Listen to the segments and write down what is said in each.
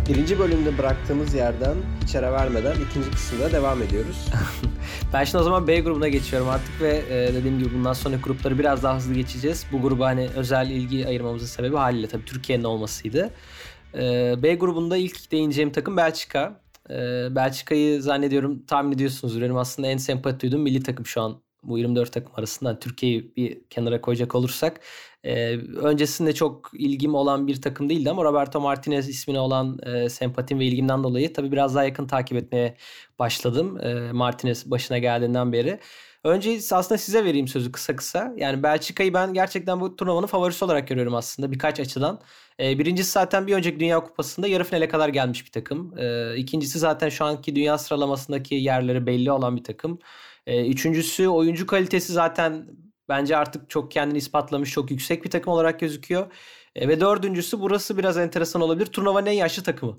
Birinci bölümde bıraktığımız yerden hiç ara vermeden ikinci kısımda devam ediyoruz. Ben şimdi o zaman B grubuna geçiyorum artık ve dediğim gibi bundan sonra grupları biraz daha hızlı geçeceğiz. Bu gruba hani özel ilgi ayırmamızın sebebi haliyle tabii Türkiye'nin olmasıydı. B grubunda ilk değineceğim takım Belçika. Belçika'yı zannediyorum tahmin ediyorsunuzdur. Benim aslında en sempati duyduğum milli takım şu an bu 24 takım arasında. Türkiye'yi bir kenara koyacak olursak. Öncesinde çok ilgim olan bir takım değildi ama Roberto Martinez ismine olan sempatim ve ilgimden dolayı tabii biraz daha yakın takip etmeye başladım. Martinez başına geldiğinden beri. Önce aslında size vereyim sözü kısa kısa. Yani Belçika'yı ben gerçekten bu turnuvanın favorisi olarak görüyorum aslında birkaç açıdan. Birincisi zaten bir önceki Dünya Kupası'nda yarı finale kadar gelmiş bir takım. İkincisi zaten şu anki dünya sıralamasındaki yerleri belli olan bir takım. Üçüncüsü oyuncu kalitesi zaten bence artık çok kendini ispatlamış, çok yüksek bir takım olarak gözüküyor. Ve dördüncüsü burası biraz enteresan olabilir. Turnuvanın en yaşlı takımı.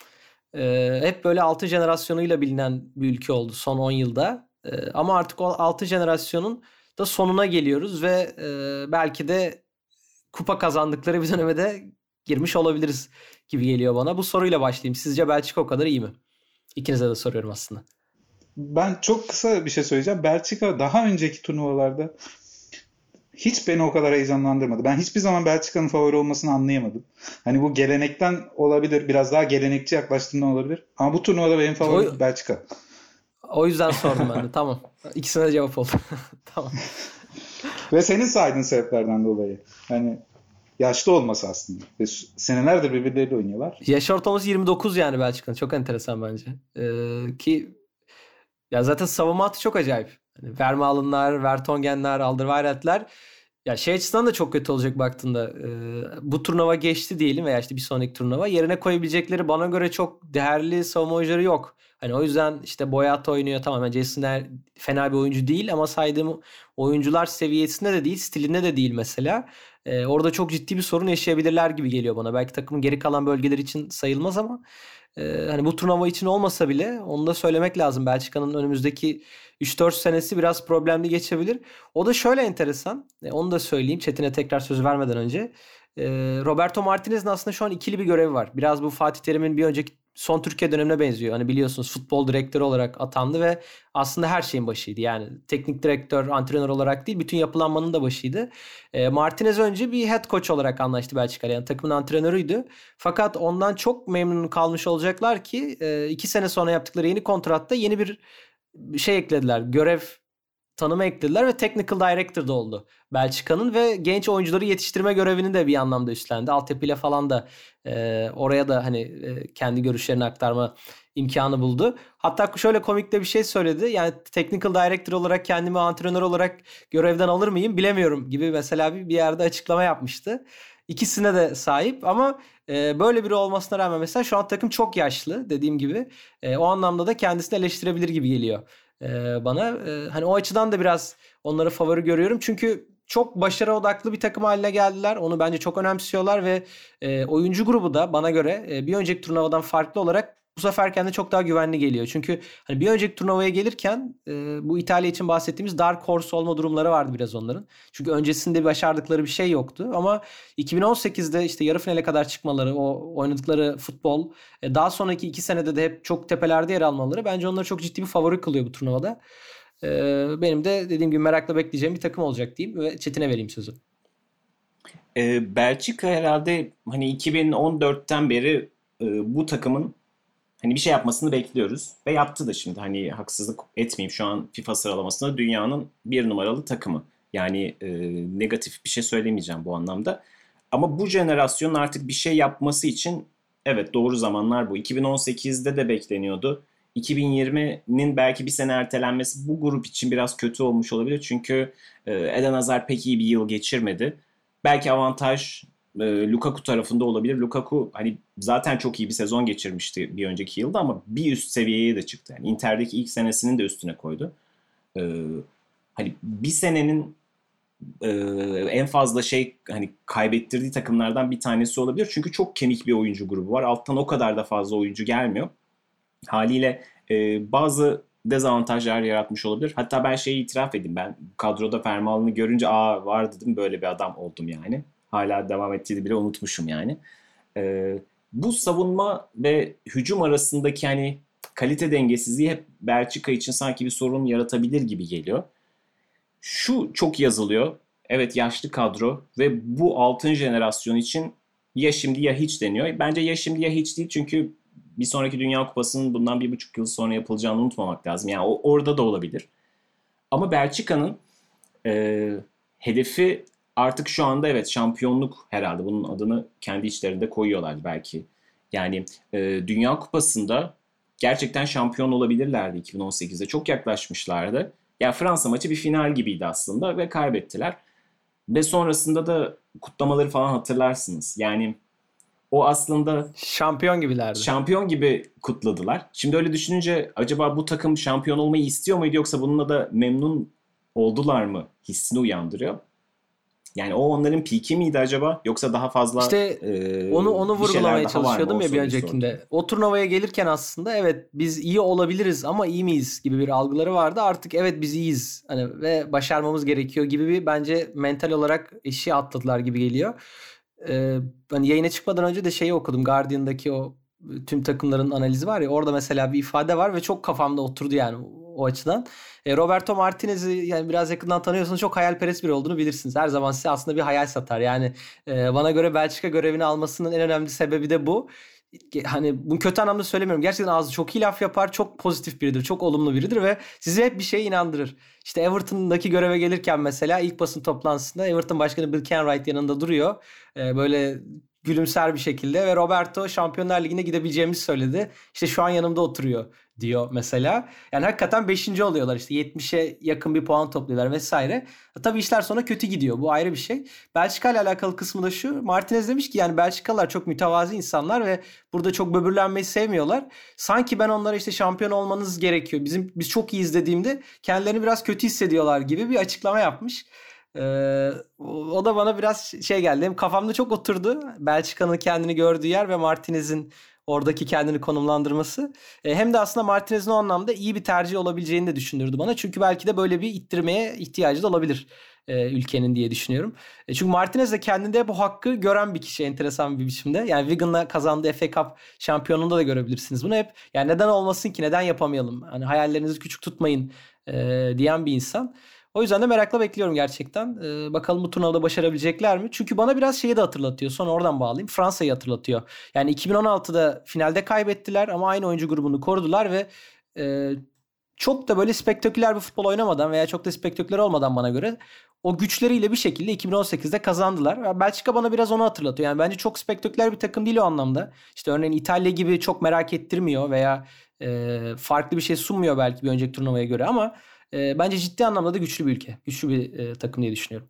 Hep böyle 6 jenerasyonuyla bilinen bir ülke oldu son 10 yılda. Ama artık o 6 jenerasyonun da sonuna geliyoruz ve belki de kupa kazandıkları bir döneme de girmiş olabiliriz gibi geliyor bana. Bu soruyla başlayayım. Sizce Belçika o kadar iyi mi? İkinize de soruyorum aslında. Ben çok kısa bir şey söyleyeceğim. Belçika daha önceki turnuvalarda hiç beni o kadar heyecanlandırmadı. Ben hiçbir zaman Belçika'nın favori olmasını anlayamadım. Hani bu gelenekten olabilir, biraz daha gelenekçi yaklaştığından olabilir. Ama bu turnuvada benim favorim O, Belçika. o yüzden sordum ben de. Tamam. İkisine de cevap oldu. Tamam. Ve senin saydığın sebeplerden dolayı. Hani yaşlı olması aslında. Ve senelerdir birbirleriyle oynuyorlar. Yaş ortalaması 29 yani Belçika'nın. Çok enteresan bence. Ki ya zaten savunma hattı çok acayip. Hani Vermaelen'lar, Vertonghen'ler, Alderweireld'ler ya şey açısından da çok kötü olacak baktığında. Bu turnuva geçti diyelim veya işte bir sonraki turnuva. Yerine koyabilecekleri bana göre çok değerli savunma oyuncuları yok. Hani o yüzden işte Boyata oynuyor. Tamamen Jason fena bir oyuncu değil ama saydığım oyuncular seviyesinde de değil, stilinde de değil mesela. Orada çok ciddi bir sorun yaşayabilirler gibi geliyor bana. Belki takımın geri kalan bölgeleri için sayılmaz ama hani bu turnuva için olmasa bile onu da söylemek lazım. Belçika'nın önümüzdeki 3-4 senesi biraz problemli geçebilir. O da şöyle enteresan. Onu da söyleyeyim Çetin'e tekrar söz vermeden önce. Roberto Martinez'in aslında şu an ikili bir görevi var. Biraz bu Fatih Terim'in bir önceki son Türkiye dönemine benziyor. Hani biliyorsunuz futbol direktörü olarak atandı ve aslında her şeyin başıydı. Yani teknik direktör, antrenör olarak değil bütün yapılanmanın da başıydı. Martinez önce bir head coach olarak anlaştı Belçika'yla. Yani takımın antrenörüydü. Fakat ondan çok memnun kalmış olacaklar ki 2 sene sonra yaptıkları yeni kontratta yeni bir şey eklediler. Görev tanımı eklediler ve Technical Director da oldu Belçika'nın ve genç oyuncuları yetiştirme görevini de bir anlamda üstlendi. Altyapıyla falan da oraya da hani kendi görüşlerini aktarma imkanı buldu. Hatta şöyle komik de bir şey söyledi. Yani Technical Director olarak kendimi antrenör olarak görevden alır mıyım bilemiyorum gibi mesela bir yerde açıklama yapmıştı. İkisine de sahip ama böyle biri olmasına rağmen mesela şu an takım çok yaşlı dediğim gibi. O anlamda da kendisini eleştirebilir gibi geliyor bana. Hani o açıdan da biraz onları favori görüyorum. Çünkü çok başarı odaklı bir takım haline geldiler. Onu bence çok önemsiyorlar ve oyuncu grubu da bana göre bir önceki turnuvadan farklı olarak bu sefer kendi çok daha güvenli geliyor. Çünkü hani bir önceki turnuvaya gelirken bu İtalya için bahsettiğimiz Dark Horse olma durumları vardı biraz onların. Çünkü öncesinde başardıkları bir şey yoktu ama 2018'de işte yarı finale kadar çıkmaları, o oynadıkları futbol, daha sonraki 2 senede de hep çok tepelerde yer almaları bence onları çok ciddi bir favori kılıyor bu turnuvada. Benim de dediğim gibi merakla bekleyeceğim bir takım olacak diyeyim ve Çetin'e vereyim sözü. Belçika herhalde hani 2014'ten beri bu takımın hani bir şey yapmasını bekliyoruz. Ve yaptı da şimdi. Hani haksızlık etmeyeyim, şu an FIFA sıralamasında dünyanın bir numaralı takımı. Yani negatif bir şey söylemeyeceğim bu anlamda. Ama bu jenerasyonun artık bir şey yapması için evet doğru zamanlar bu. 2018'de de bekleniyordu. 2020'nin belki bir sene ertelenmesi bu grup için biraz kötü olmuş olabilir. Çünkü Eden Hazard pek iyi bir yıl geçirmedi. Belki avantaj Lukaku tarafında olabilir. Lukaku hani zaten çok iyi bir sezon geçirmişti bir önceki yılda ama bir üst seviyeye de çıktı. Yani Inter'deki ilk senesinin de üstüne koydu. E, Hani bir senenin e, en fazla şey hani kaybettirdiği takımlardan bir tanesi olabilir. Çünkü çok kemik bir oyuncu grubu var. Alttan o kadar da fazla oyuncu gelmiyor. Haliyle bazı dezavantajlar yaratmış olabilir. Hatta ben şeyi itiraf edeyim. Ben kadroda Fermal'ını görünce var dedim, böyle bir adam oldum yani. Hala devam ettiğini bile unutmuşum yani. Bu savunma ve hücum arasındaki hani kalite dengesizliği hep Belçika için sanki bir sorun yaratabilir gibi geliyor. Şu çok yazılıyor. Evet, yaşlı kadro ve bu altın jenerasyon için ya şimdi ya hiç deniyor. Bence ya şimdi ya hiç değil, çünkü bir sonraki Dünya Kupası'nın bundan 1,5 yıl sonra yapılacağını unutmamak lazım. Yani orada da olabilir. Ama Belçika'nın hedefi artık şu anda evet şampiyonluk herhalde. Bunun adını kendi içlerinde koyuyorlar belki. Yani Dünya Kupası'nda gerçekten şampiyon olabilirlerdi 2018'de. Çok yaklaşmışlardı. Ya Fransa maçı bir final gibiydi aslında ve kaybettiler. Ve sonrasında da kutlamaları falan hatırlarsınız. Yani o aslında Şampiyon gibilerdi. şampiyon gibi kutladılar. Şimdi öyle düşününce acaba bu takım şampiyon olmayı istiyor muydu, yoksa bununla da memnun oldular mı hissini uyandırıyor. Yani o onların peak'i miydi acaba, yoksa daha fazla İşte onu bir şeyler vurgulamaya daha var mı? çalışıyordum O ya bir soruyu öncekinde. sordum. O turnuvaya gelirken aslında evet biz iyi olabiliriz ama iyi miyiz gibi bir algıları vardı. Artık evet biz iyiyiz hani ve başarmamız gerekiyor gibi bir bence mental olarak eşiği atladılar gibi geliyor. Hani yayına çıkmadan önce de şeyi okudum. Guardian'daki o tüm takımların analizi var ya, orada mesela bir ifade var ve çok kafamda oturdu yani o açıdan. Roberto Martinez'i yani biraz yakından tanıyorsanız çok hayalperest biri olduğunu bilirsiniz. Her zaman size aslında bir hayal satar. Yani bana göre Belçika görevini almasının en önemli sebebi de bu. Hani bunu kötü anlamda söylemiyorum. Gerçekten ağzı çok iyi laf yapar. Çok pozitif biridir. Çok olumlu biridir ve sizi hep bir şeye inandırır. İşte Everton'daki göreve gelirken mesela ilk basın toplantısında Everton Başkanı Bill Kenwright yanında duruyor. Böyle gülümser bir şekilde ve Roberto Şampiyonlar Ligi'ne gidebileceğimizi söyledi. İşte şu an yanımda oturuyor diyor mesela. Yani hakikaten 5. oluyorlar, işte 70'e yakın bir puan topluyorlar vesaire. Tabii işler sonra kötü gidiyor. Bu ayrı bir şey. Belçika ile alakalı kısmı da şu. Martinez demiş ki yani Belçikalılar çok mütevazi insanlar ve burada çok böbürlenmeyi sevmiyorlar. Sanki ben onlara işte şampiyon olmanız gerekiyor, biz çok iyiyiz dediğimde kendilerini biraz kötü hissediyorlar gibi bir açıklama yapmış. O da bana biraz şey geldi. Hem kafamda çok oturdu. Belçika'nın kendini gördüğü yer ve Martinez'in oradaki kendini konumlandırması. Hem de aslında Martinez'in o anlamda iyi bir tercih olabileceğini de düşündürdü bana. Çünkü belki de böyle bir ittirmeye ihtiyacı da olabilir ülkenin diye düşünüyorum. Çünkü Martinez de kendinde bu hakkı gören bir kişi enteresan bir biçimde. Yani Wigan'la kazandığı FA Cup şampiyonluğunda da görebilirsiniz bunu hep. Yani neden olmasın ki, neden yapamayalım? Hani hayallerinizi küçük tutmayın diyen bir insan. O yüzden de merakla bekliyorum gerçekten. Bakalım bu turnuvada başarabilecekler mi? Çünkü bana biraz şeyi de hatırlatıyor. Sonra oradan bağlayayım. Fransa'yı hatırlatıyor. Yani 2016'da finalde kaybettiler ama aynı oyuncu grubunu korudular ve çok da böyle spektaküler bir futbol oynamadan veya çok da spektaküler olmadan bana göre o güçleriyle bir şekilde 2018'de kazandılar. Belçika bana biraz onu hatırlatıyor. Yani bence çok spektaküler bir takım değil o anlamda. İşte örneğin İtalya gibi çok merak ettirmiyor veya farklı bir şey sunmuyor belki bir önceki turnuvaya göre ama bence ciddi anlamda da güçlü bir ülke. Güçlü bir takım diye düşünüyorum.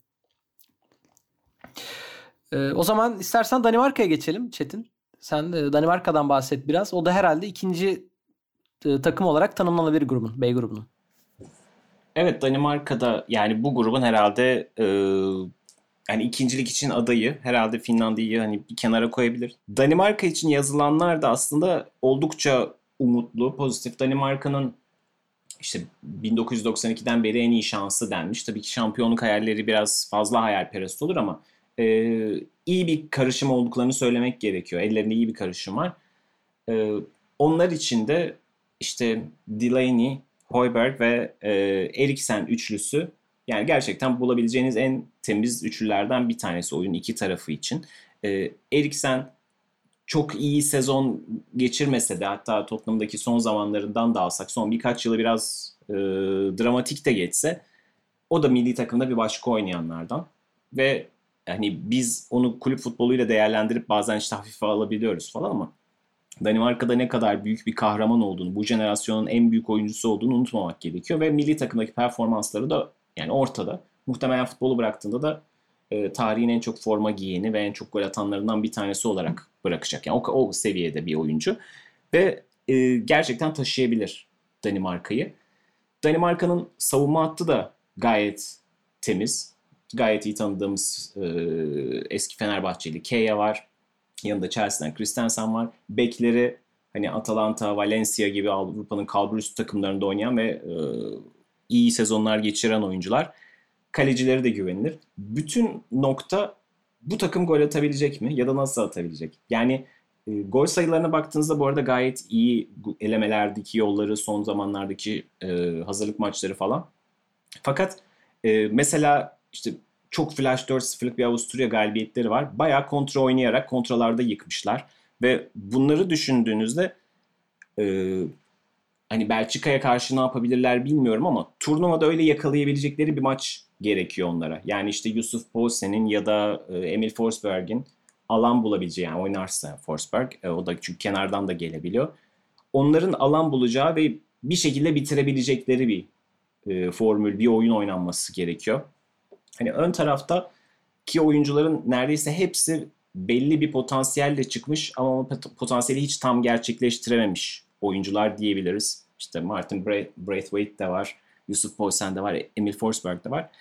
O zaman istersen Danimarka'ya geçelim Çetin. Sen Danimarka'dan bahset biraz. O da herhalde ikinci takım olarak tanımlanabilir grubun, B grubunun. Evet, Danimarka'da yani bu grubun herhalde yani ikincilik için adayı, herhalde Finlandiya'yı hani bir kenara koyabilir. Danimarka için yazılanlar da aslında oldukça umutlu, pozitif. Danimarka'nın işte 1992'den beri en iyi şansı denmiş. Tabii ki şampiyonluk hayalleri biraz fazla hayalperest olur ama iyi bir karışım olduklarını söylemek gerekiyor. Ellerinde iyi bir karışım var. Onlar için de işte Delaney, Højbjerg ve Eriksen üçlüsü yani gerçekten bulabileceğiniz en temiz üçlülerden bir tanesi oyunun iki tarafı için. Eriksen çok iyi sezon geçirmese de, hatta Tottenham'daki son zamanlarından da alsak son birkaç yılı biraz dramatik de geçse, o da milli takımda bir başka oynayanlardan ve hani biz onu kulüp futboluyla değerlendirip bazen işte hafife alabiliyoruz falan ama Danimarka'da ne kadar büyük bir kahraman olduğunu, bu jenerasyonun en büyük oyuncusu olduğunu unutmamak gerekiyor ve milli takımdaki performansları da yani ortada. Muhtemelen futbolu bıraktığında da tarihin en çok forma giyeni ve en çok gol atanlarından bir tanesi olarak bırakacak. Yani o seviyede bir oyuncu ve gerçekten taşıyabilir Danimarka'yı. Danimarka'nın savunma hattı da gayet temiz. Gayet iyi tanıdığımız eski Fenerbahçeli Keja var. Yanında Chelsea'den Christensen var. Bekleri hani Atalanta, Valencia gibi Avrupa'nın kalburüstü takımlarında oynayan ve iyi sezonlar geçiren oyuncular. Kalecileri de güvenilir. Bütün nokta bu takım gol atabilecek mi ya da nasıl atabilecek? Yani Gol sayılarına baktığınızda bu arada gayet iyi elemelerdeki yolları, son zamanlardaki hazırlık maçları falan. Fakat mesela işte çok flash 4-0'lık bir Avusturya galibiyetleri var. Bayağı kontra oynayarak kontralarda yıkmışlar. Ve bunları düşündüğünüzde e, hani Belçika'ya karşı ne yapabilirler bilmiyorum ama turnuvada öyle yakalayabilecekleri bir maç gerekiyor onlara. Yani işte Yusuf Poulsen'in ya da Emil Forsberg'in alan bulabileceği, yani oynarsa Forsberg, o da çünkü kenardan da gelebiliyor. Onların alan bulacağı ve bir şekilde bitirebilecekleri bir formül, bir oyun oynanması gerekiyor. Hani ön tarafta ki oyuncuların neredeyse hepsi belli bir potansiyelle çıkmış ama o potansiyeli hiç tam gerçekleştirememiş oyuncular diyebiliriz. İşte Martin Braithwaite de var, Yusuf Poulsen de var, Emil Forsberg de var.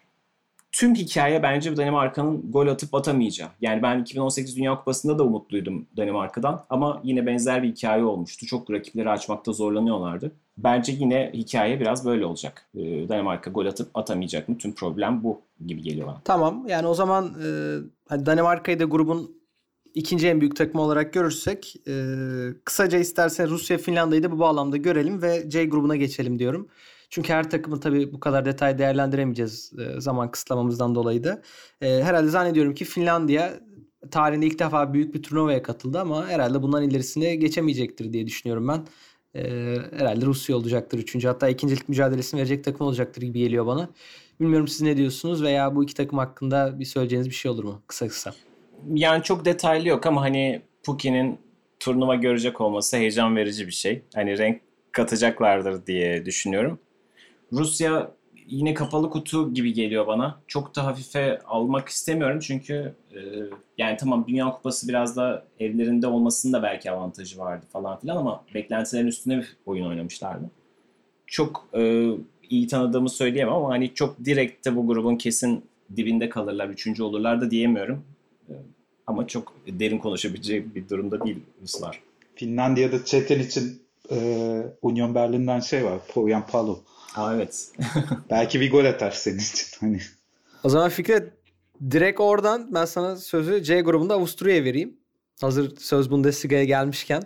Tüm hikaye bence Danimarka'nın gol atıp atamayacağı. Yani ben 2018 Dünya Kupası'nda da umutluydum Danimarka'dan ama yine benzer bir hikaye olmuştu. Çok rakipleri açmakta zorlanıyorlardı. Bence yine hikaye biraz böyle olacak. Danimarka gol atıp atamayacak mı? Tüm problem bu gibi geliyor bana. Tamam, yani o zaman hani Danimarka'yı da grubun ikinci en büyük takımı olarak görürsek kısaca istersen Rusya, Finlandiya'yı da bu bağlamda görelim ve C grubuna geçelim diyorum. Çünkü her takımı tabii bu kadar detay değerlendiremeyeceğiz zaman kısıtlamamızdan dolayı da. Herhalde zannediyorum ki Finlandiya tarihinde ilk defa büyük bir turnuvaya katıldı ama herhalde bundan ilerisine geçemeyecektir diye düşünüyorum ben. Herhalde Rusya olacaktır üçüncü. Hatta ikincilik mücadelesini verecek takım olacaktır gibi geliyor bana. Bilmiyorum siz ne diyorsunuz veya bu iki takım hakkında bir söyleyeceğiniz bir şey olur mu kısa kısa? Yani çok detaylı yok ama hani Puki'nin turnuva görecek olması heyecan verici bir şey. Hani renk katacaklardır diye düşünüyorum. Rusya yine kapalı kutu gibi geliyor bana. Çok da hafife almak istemiyorum çünkü yani tamam Dünya Kupası biraz da evlerinde olmasının da belki avantajı vardı falan filan ama beklentilerin üstünde bir oyun oynamışlardı. Çok iyi tanıdığımı söyleyemem ama hani çok direkt de bu grubun kesin dibinde kalırlar, üçüncü olurlar da diyemiyorum. Ama çok derin konuşabileceği bir durumda değil Ruslar. Finlandiya'da Çetin için Union Berlin'den şey var. Poyan Palo. Aa, evet. Belki bir gol atar senin için. Hani. O zaman Fikret, direkt oradan ben sana sözü C grubunda Avusturya'ya vereyim. Hazır söz Bundesliga'ya gelmişken.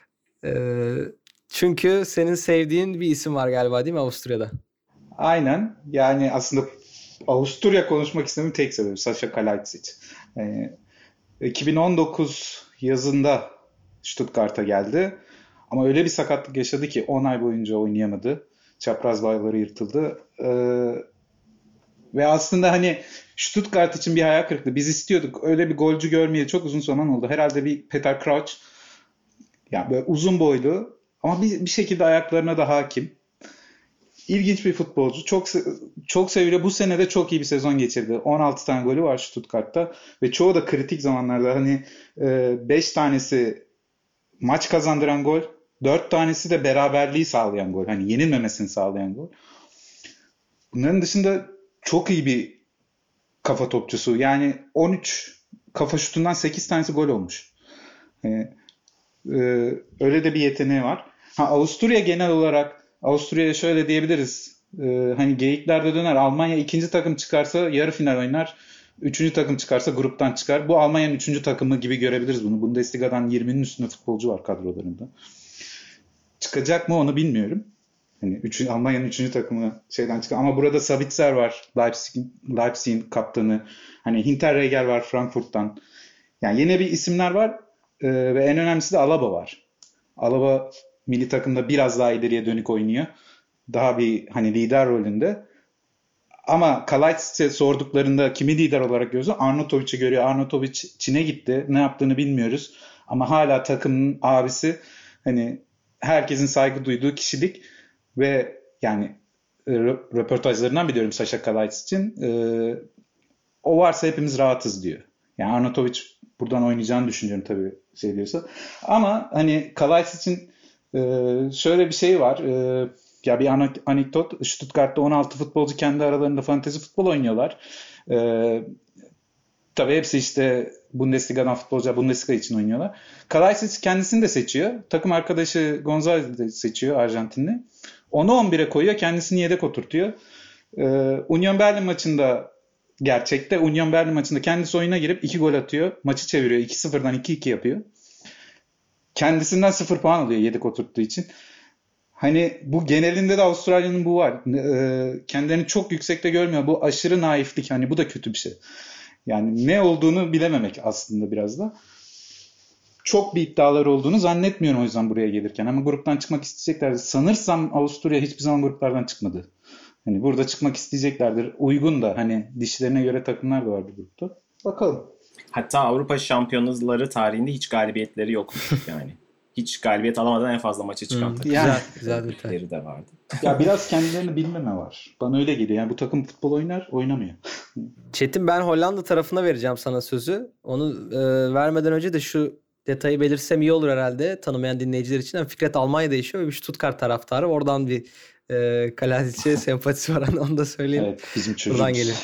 Çünkü senin sevdiğin bir isim var galiba değil mi Avusturya'da? Aynen. Yani aslında Avusturya konuşmak istediğim tek sebebi Sasha Kalajdzic. 2019 yazında Stuttgart'a geldi. Ama öyle bir sakatlık yaşadı ki 10 ay boyunca oynayamadı. Çapraz bağları yırtıldı. Ve aslında hani Stuttgart için bir hayal kırıklığı. Biz istiyorduk. Öyle bir golcü görmeye çok uzun zaman oldu. Herhalde bir Peter Crouch. Yani böyle uzun boylu ama bir şekilde ayaklarına da hakim. İlginç bir futbolcu. Çok seviliyor. Bu sene de çok iyi bir sezon geçirdi. 16 tane golü var Stuttgart'ta. Ve çoğu da kritik zamanlarda. Hani 5 tanesi maç kazandıran gol. 4 tanesi de beraberliği sağlayan gol. Hani yenilmemesini sağlayan gol. Bunların dışında çok iyi bir kafa topçusu. Yani 13 kafa şutundan 8 tanesi gol olmuş. Öyle de bir yeteneği var. Avusturya genel olarak Avusturya'ya şöyle diyebiliriz. Hani geyiklerde döner. Almanya ikinci takım çıkarsa yarı final oynar. Üçüncü takım çıkarsa gruptan çıkar. Bu Almanya'nın üçüncü takımı gibi görebiliriz bunu. Bundesliga'dan 20'nin üstünde futbolcu var kadrolarında. Çıkacak mı onu bilmiyorum. Hani Almanya'nın üçüncü takımı şeyden çıkar. Ama burada Sabitzer var. Leipzig'in kaptanı. Hani Hinterregger var Frankfurt'tan. Yani yeni bir isimler var. Ve en önemlisi de Alaba var. Alaba milli takımda biraz daha ileriye dönük oynuyor. Daha bir hani lider rolünde. Ama Kalajdzic'e sorduklarında kimi lider olarak görüyorsun? Arnautovic'i görüyor. Arnautovic Çin'e gitti. Ne yaptığını bilmiyoruz. Ama hala takımın abisi. Hani herkesin saygı duyduğu kişilik ve yani röportajlarından biliyorum Sasha Kalajdzic'in. O varsa hepimiz rahatız diyor. Yani Arnautovic buradan oynayacağını düşünüyorum tabii şey diyorsa. Ama hani Kalajdzic'in şöyle bir şey var. Ya bir anekdot. Stuttgart'ta 16 futbolcu kendi aralarında fantezi futbol oynuyorlar. Tabii hepsi işte Bundesliga'dan futbolcular Bundesliga için oynuyorlar. Kalajdzic kendisini de seçiyor. Takım arkadaşı Gonzalez'i de seçiyor Arjantinli. Onu 11'e koyuyor. Kendisini yedek oturtuyor. Union Berlin maçında Union Berlin maçında kendisi oyuna girip 2 gol atıyor. Maçı çeviriyor. 2-0'dan 2-2 yapıyor. kendisinden 0 puan alıyor yedek oturttuğu için. Hani bu genelinde de Avustralya'nın bu var. Kendilerini çok yüksekte görmüyor. Bu aşırı naiflik. Hani bu da kötü bir şey. Yani ne olduğunu bilememek aslında biraz da. Çok bir iddiaları olduğunu zannetmiyorum o yüzden buraya gelirken. Ama gruptan çıkmak isteyeceklerdi. Sanırsam Avusturya hiçbir zaman gruplardan çıkmadı. Hani burada çıkmak isteyeceklerdir. Uygun da hani dişlerine göre takımlar da var bu grupta. Bakalım. Hatta Avrupa Şampiyonları tarihinde hiç galibiyetleri yokmuş yani. Hiç galibiyet alamadan en fazla maça çıkan takım. Güzel detay. De vardı. Ya biraz kendilerini bilmeme var. Bana öyle geliyor. Yani bu takım futbol oynar, oynamıyor. Çetin, ben Hollanda tarafına vereceğim sana sözü. Onu vermeden önce de şu detayı belirtsem iyi olur herhalde tanımayan dinleyiciler için. Yani Fikret Almanya'da yaşıyor ve bir Stuttgart taraftarı. Oradan bir Kaladic'e sempatisi var. Onu da söyleyeyim. Evet, bizim çocuk. Buradan geliyor.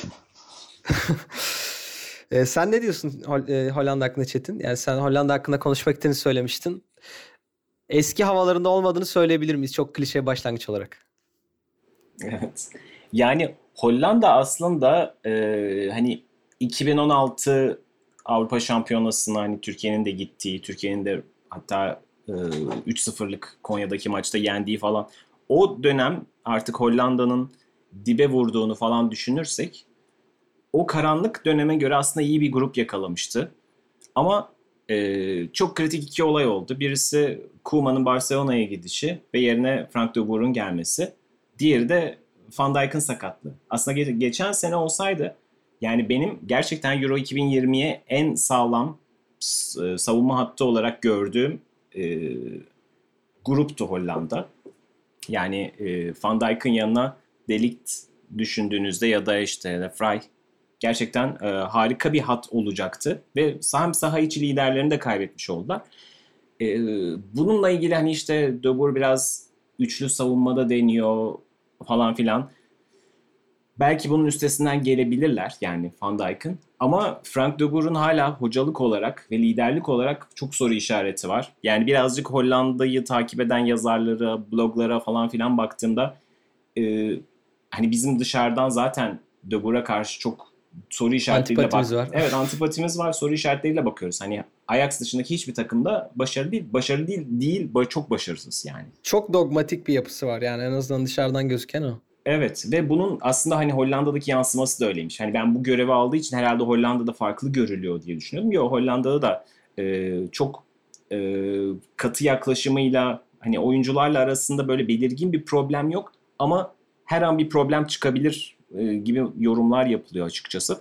Sen ne diyorsun Hollanda hakkında Çetin? Yani sen Hollanda hakkında konuşmak istediğini söylemiştin. Eski havalarında olmadığını söyleyebilir miyiz? Çok klişe başlangıç olarak. Evet. Yani Hollanda aslında hani 2016 Avrupa Şampiyonası'na hani Türkiye'nin de gittiği, Türkiye'nin de hatta 3-0'lık Konya'daki maçta yendiği falan. O dönem artık Hollanda'nın dibe vurduğunu falan düşünürsek o karanlık döneme göre aslında iyi bir grup yakalamıştı. Ama çok kritik iki olay oldu. Birisi Koeman'ın Barcelona'ya gidişi ve yerine Frank de Boer'un gelmesi. Diğeri de Van Dijk'ın sakatlığı. Aslında geçen sene olsaydı yani benim gerçekten Euro 2020'ye en sağlam savunma hattı olarak gördüğüm gruptu Hollanda. Yani Van Dijk'ın yanına De Ligt düşündüğünüzde ya da işte De Vrij gerçekten harika bir hat olacaktı. Ve hem saha içi liderlerini de kaybetmiş oldular. Bununla ilgili hani işte De Boer biraz üçlü savunmada deniyor falan filan. Belki bunun üstesinden gelebilirler yani Van Dijk'ın. Ama Frank de Boer'un hala hocalık olarak ve liderlik olarak çok soru işareti var. Yani birazcık Hollanda'yı takip eden yazarlara, bloglara falan filan baktığımda hani bizim dışarıdan zaten de Boer'a karşı çok soru işaretleriyle var. Evet, antipatimiz var. Soru işaretleriyle bakıyoruz. Hani Ajax dışındaki hiçbir takımda başarılı değil. Başarılı değil, çok başarısız yani. Çok dogmatik bir yapısı var yani en azından dışarıdan gözüken o. Evet ve bunun aslında hani Hollanda'daki yansıması da öyleymiş. Hani ben bu görevi aldığı için herhalde Hollanda'da farklı görülüyor diye düşünüyorum. Yok, Hollanda'da da çok katı yaklaşımıyla hani oyuncularla arasında böyle belirgin bir problem yok. Ama her an bir problem çıkabilir gibi yorumlar yapılıyor açıkçası.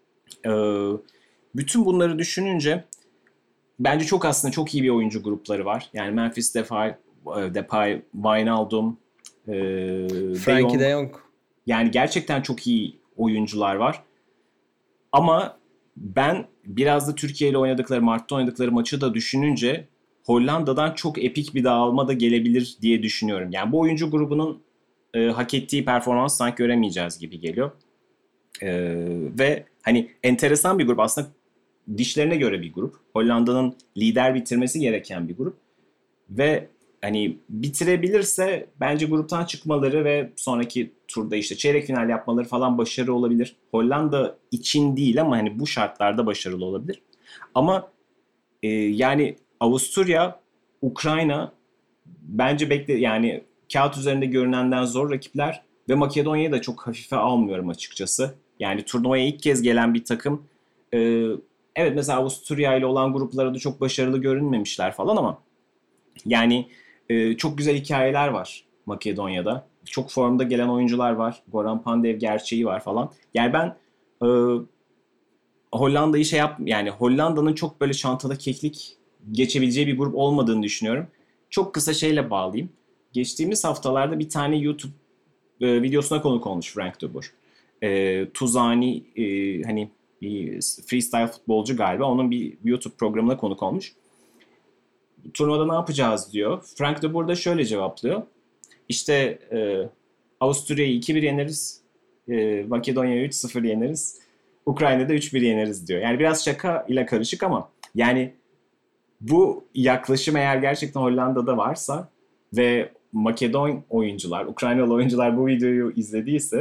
Bütün bunları düşününce bence aslında çok iyi bir oyuncu grupları var. Yani Memphis Depay, Wijnaldum, Frenkie de Jong. Yani gerçekten çok iyi oyuncular var. Ama ben biraz da Türkiye ile oynadıkları, Mart'ta oynadıkları maçı da düşününce Hollanda'dan çok epik bir dağılma da gelebilir diye düşünüyorum. Yani bu oyuncu grubunun hak ettiği performans sanki göremeyeceğiz gibi geliyor. Ve hani enteresan bir grup. Aslında dişlerine göre bir grup. Hollanda'nın lider bitirmesi gereken bir grup. Ve hani bitirebilirse bence gruptan çıkmaları ve sonraki turda işte çeyrek final yapmaları falan başarı olabilir. Hollanda için değil ama hani bu şartlarda başarılı olabilir. Ama yani Avusturya, Ukrayna bence yani kağıt üzerinde görünenden zor rakipler ve Makedonya'yı da çok hafife almıyorum açıkçası. Yani turnuvaya ilk kez gelen bir takım. Evet, mesela Avusturya ile olan gruplara da çok başarılı görünmemişler falan ama yani çok güzel hikayeler var Makedonya'da. Çok formda gelen oyuncular var. Goran Pandev gerçeği var falan. Yani ben Hollanda'yı yani Hollanda'nın çok böyle çantada keklik geçebileceği bir grup olmadığını düşünüyorum. Çok kısa şeyle bağlayayım. Geçtiğimiz haftalarda bir tane YouTube videosuna konuk olmuş Frank de Boer. Tuzani hani bir freestyle futbolcu galiba. Onun bir YouTube programına konuk olmuş. Turnuvada ne yapacağız diyor. Frank de Boer da şöyle cevaplıyor. İşte Avusturya'yı 2-1 yeneriz. Makedonya'yı 3-0 yeneriz. Ukrayna'da 3-1 yeneriz diyor. Yani biraz şaka ile karışık ama yani bu yaklaşım eğer gerçekten Hollanda'da varsa ve Makedon oyuncular, Ukraynalı oyuncular bu videoyu izlediyse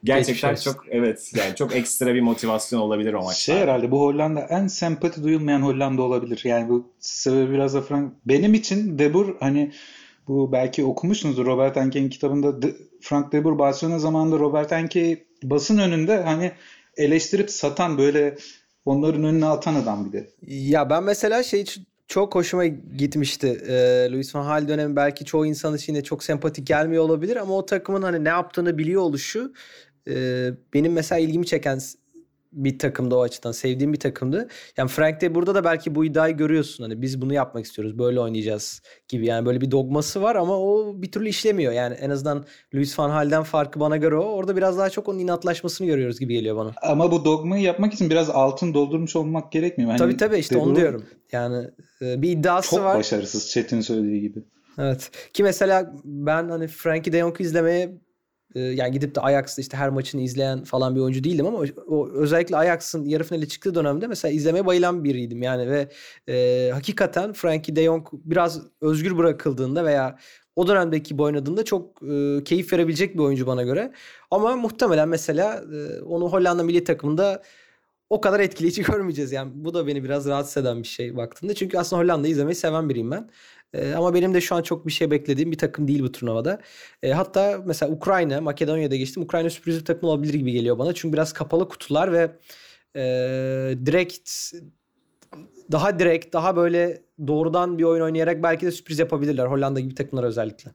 Gerçekten olsun. çok evet yani çok ekstra bir motivasyon olabilir o maçta. Herhalde bu Hollanda en sempati duyulmayan Hollanda olabilir. Yani bu sebebi biraz da benim için De Boer, hani bu belki okumuşsunuzdur Robert Enke'nin kitabında, Frank De Boer Barcelona zamanında Robert Enke'yi basın önünde hani eleştirip satan, böyle onların önüne atan adam bir de. Ya ben mesela çok hoşuma gitmişti. Louis van Gaal dönemi belki çoğu insan için de çok sempatik gelmiyor olabilir ama o takımın hani ne yaptığını biliyor oluşu benim mesela ilgimi çeken bir takımdı o açıdan. Sevdiğim bir takımdı. Yani Frank de burada da belki bu iddiayı görüyorsun. Hani biz bunu yapmak istiyoruz. Böyle oynayacağız gibi. Yani böyle bir dogması var ama o bir türlü işlemiyor. Yani en azından Louis van Gaal'den farkı bana göre o. Orada biraz daha çok onun inatlaşmasını görüyoruz gibi geliyor bana. Ama bu dogmayı yapmak için biraz altın doldurmuş olmak gerekmiyor mu? Hani Tabii işte De onu Boer diyorum. Yani bir iddiası çok var. başarısız, Çetin söylediği gibi. Evet. Ki mesela ben hani Frankie de Jong'u izlemeye yani gidip de Ajax'ta işte her maçını izleyen falan bir oyuncu değildim ama o özellikle Ajax'ın yarı finale çıktığı dönemde mesela izlemeye bayılan biriydim yani ve hakikaten Frankie de Jong biraz özgür bırakıldığında veya o dönemdeki oynadığında çok keyif verebilecek bir oyuncu bana göre. Ama muhtemelen mesela onu Hollanda milli takımında o kadar etkileyici görmeyeceğiz. Yani bu da beni biraz rahatsız eden bir şey baktığında. Çünkü aslında Hollanda'yı izlemeyi seven biriyim ben. Ama benim de şu an çok bir şey beklediğim bir takım değil bu turnuvada. Hatta mesela Ukrayna, Makedonya'da geçtim. Ukrayna sürpriz bir takım olabilir gibi geliyor bana. Çünkü biraz kapalı kutular ve direkt, daha böyle doğrudan bir oyun oynayarak belki de sürpriz yapabilirler. Hollanda gibi takımlar özellikle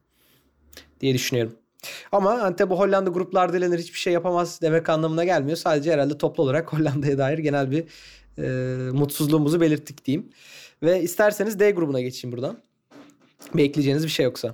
diye düşünüyorum. Ama hani tabi Hollanda gruplarda elenir hiçbir şey yapamaz demek anlamına gelmiyor. Sadece herhalde toplu olarak Hollanda'ya dair genel bir mutsuzluğumuzu belirttik diyeyim. Ve isterseniz D grubuna geçeyim buradan. Bekleyeceğiniz bir şey yoksa.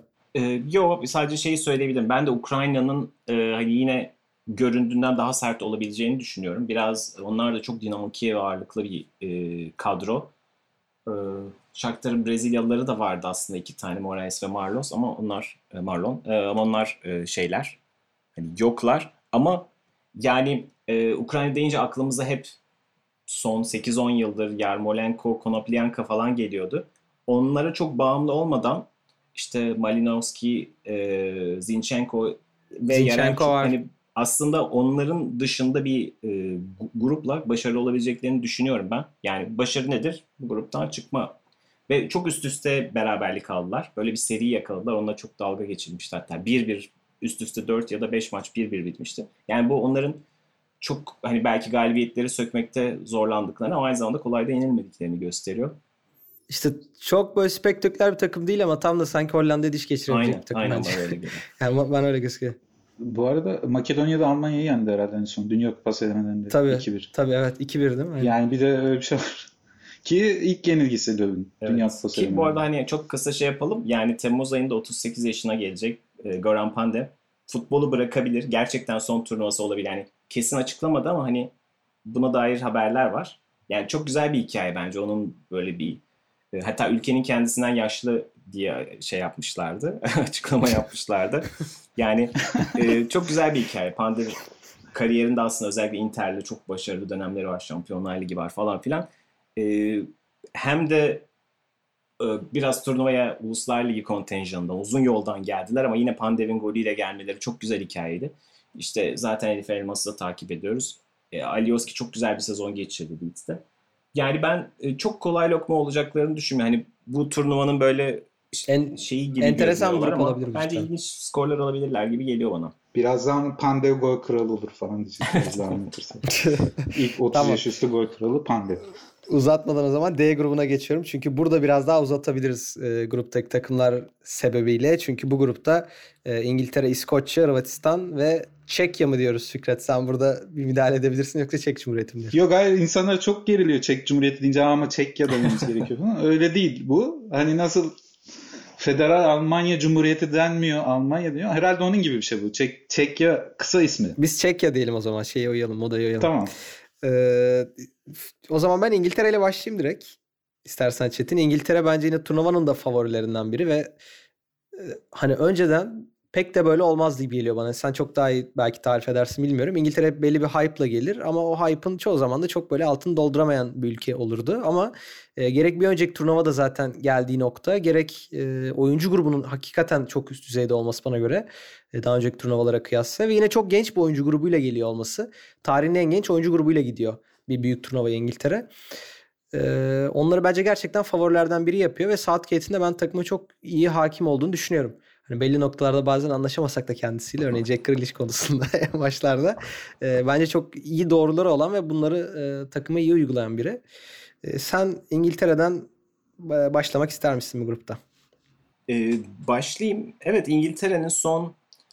Yok sadece şeyi söyleyebilirim. Ben de Ukrayna'nın hani yine göründüğünden daha sert olabileceğini düşünüyorum. Biraz onlar da çok Dinamo Kiev ağırlıklı bir kadro. E, Shakhtar'ın Brezilyalıları da vardı aslında iki tane Moraes ve Marlos ama onlar Marlon ama onlar şeyler hani yoklar ama yani Ukrayna deyince aklımıza hep son 8-10 yıldır Yarmolenko, Konoplyanka falan geliyordu. Onlara çok bağımlı olmadan işte Malinovski, Zinchenko ve Zinchenko Yaremchuk var. hani aslında onların dışında bir grupla başarılı olabileceklerini düşünüyorum ben. Yani başarı nedir? Bu gruptan çıkma. Ve çok üst üste beraberlik aldılar. Böyle bir seri yakaladılar. Onunla çok dalga geçilmişti hatta. 1-1 üst üste 4 ya da 5 maç 1-1 bitmişti. Yani bu onların çok hani belki galibiyetleri sökmekte zorlandıklarını ama aynı zamanda kolay da yenilmediklerini gösteriyor. İşte çok böyle spektaküler bir takım değil ama tam da sanki Hollanda'ya diş geçirebilecek bir takım Aynen bence. bana öyle geliyor. Yani bana öyle gözüküyor. Bu arada Makedonya'da Almanya'yı yendi herhalde en son. Dünya Kupası elemelerinde Tabii 2-1. evet 2-1 değil mi? Aynen. Yani bir de öyle bir şey var. Ki ilk yenilgisi dövün. Dünya Evet. Kupası Ki bu arada elemelerinde. hani çok kısa şey yapalım. Yani Temmuz ayında 38 yaşına gelecek Goran Pandev. Futbolu bırakabilir. Gerçekten son turnuvası olabilir. Yani kesin açıklamadı ama hani buna dair haberler var. Yani çok güzel bir hikaye bence. Onun böyle bir hatta ülkenin kendisinden yaşlı diye şey yapmışlardı. Açıklama yapmışlardı. Yani çok güzel bir hikaye. Pandev kariyerinde aslında özellikle Inter'le çok başarılı dönemleri var. Şampiyonlar Ligi var falan filan. E, Hem de biraz turnuvaya Uluslar Ligi kontenjanından uzun yoldan geldiler ama yine Pandev'in golüyle gelmeleri çok güzel hikayeydi. İşte zaten Elif Elmas'ı da takip ediyoruz. Alioski çok güzel bir sezon geçirdi Leeds'te. Yani ben çok kolay lokma olacaklarını düşünmüyorum. Hani bu turnuvanın böyle şeyi gibi Enteresan bir görünüyorlar grup ama olabilir bu bence cidden. ilginç skorlar alabilirler gibi geliyor bana. Birazdan Pandev gol kralı olur falan diyecek. Biraz daha anlatırsa. İlk 30 Tamam. yaş üstü gol kralı Pandev. Uzatmadan o zaman D grubuna geçiyorum. Çünkü burada biraz daha uzatabiliriz gruptaki takımlar sebebiyle. Çünkü bu grupta İngiltere, İskoçya, Hırvatistan ve Çekya mı diyoruz Fikret? Sen burada bir müdahale edebilirsin yoksa Çek Cumhuriyeti mi diyorsun? Yok hayır, insanlar çok geriliyor Çek Cumhuriyeti deyince ama Çekya dememiz gerekiyor falan. Öyle değil bu. Hani nasıl Federal Almanya Cumhuriyeti denmiyor, Almanya diyor. Herhalde onun gibi bir şey bu. Çekya kısa ismi. Biz Çekya diyelim o zaman. Şeye uyalım, modaya uyalım. Tamam. O zaman ben İngiltere ile başlayayım direkt. İstersen Çetin. İngiltere bence yine turnuvanın da favorilerinden biri ve hani önceden pek de böyle olmaz gibi geliyor bana. Sen çok daha iyi belki tarif edersin bilmiyorum. İngiltere hep belli bir hype'la gelir ama o hype'ın çoğu zaman da çok böyle altını dolduramayan bir ülke olurdu. Ama gerek bir önceki turnuvada zaten geldiği nokta, gerek oyuncu grubunun hakikaten çok üst düzeyde olması bana göre daha önceki turnuvalara kıyasla ve yine çok genç bir oyuncu grubuyla geliyor olması. Tarihin en genç oyuncu grubuyla gidiyor bir büyük turnuvaya İngiltere. Onları bence gerçekten favorilerden biri yapıyor ve Southgate'in de ben takıma çok iyi hakim olduğunu düşünüyorum. Hani belli noktalarda bazen anlaşamasak da kendisiyle, örneğin Jack Grealish konusunda en başlarda bence çok iyi doğruları olan ve bunları takıma iyi uygulayan biri. Sen İngiltere'den başlamak ister misin bu grupta? Başlayayım. Evet, İngiltere'nin son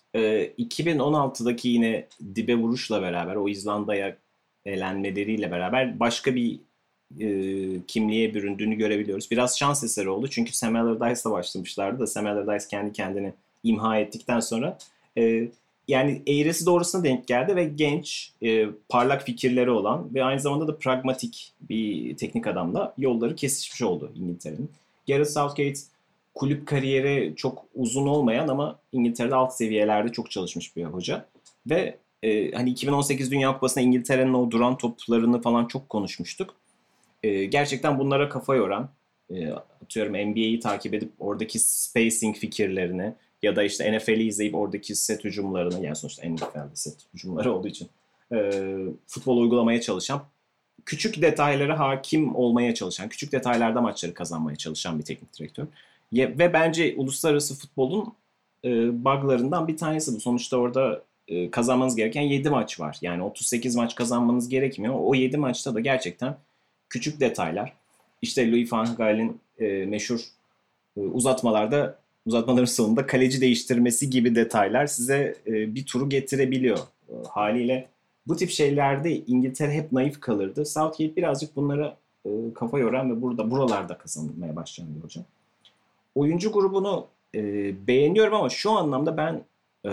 2016'daki yine dibe vuruşla beraber, o İzlanda'ya elenmeleriyle beraber başka bir kimliğe büründüğünü görebiliyoruz. Biraz şans eseri oldu çünkü Sam Allardyce'la başlamışlardı da Sam Allardyce kendi kendini imha ettikten sonra yani eğrisi doğrusuna denk geldi ve genç, parlak fikirleri olan ve aynı zamanda da pragmatik bir teknik adamla yolları kesişmiş oldu İngiltere'nin. Gareth Southgate kulüp kariyeri çok uzun olmayan ama İngiltere'de alt seviyelerde çok çalışmış bir hoca. Ve hani 2018 Dünya Kupası'nda İngiltere'nin o duran toplarını falan çok konuşmuştuk. Gerçekten bunlara kafa yoran, atıyorum NBA'yi takip edip oradaki spacing fikirlerini ya da işte NFL'i izleyip oradaki set hücumlarını, yani sonuçta NFL'de set hücumları olduğu için futbol uygulamaya çalışan, küçük detaylara hakim olmaya çalışan, küçük detaylarda maçları kazanmaya çalışan bir teknik direktör. Ve bence uluslararası futbolun buglarından bir tanesi bu. Sonuçta orada kazanmanız gereken 7 maç var. Yani 38 maç kazanmanız gerekmiyor. O 7 maçta da gerçekten küçük detaylar. İşte Louis van Gaal'in meşhur uzatmaların sonunda kaleci değiştirmesi gibi detaylar size bir turu getirebiliyor. Haliyle bu tip şeylerde İngiltere hep naif kalırdı. Southgate birazcık bunlara kafa yoran ve buralarda kazanmaya başlayan bir hocam. Oyuncu grubunu beğeniyorum ama şu anlamda ben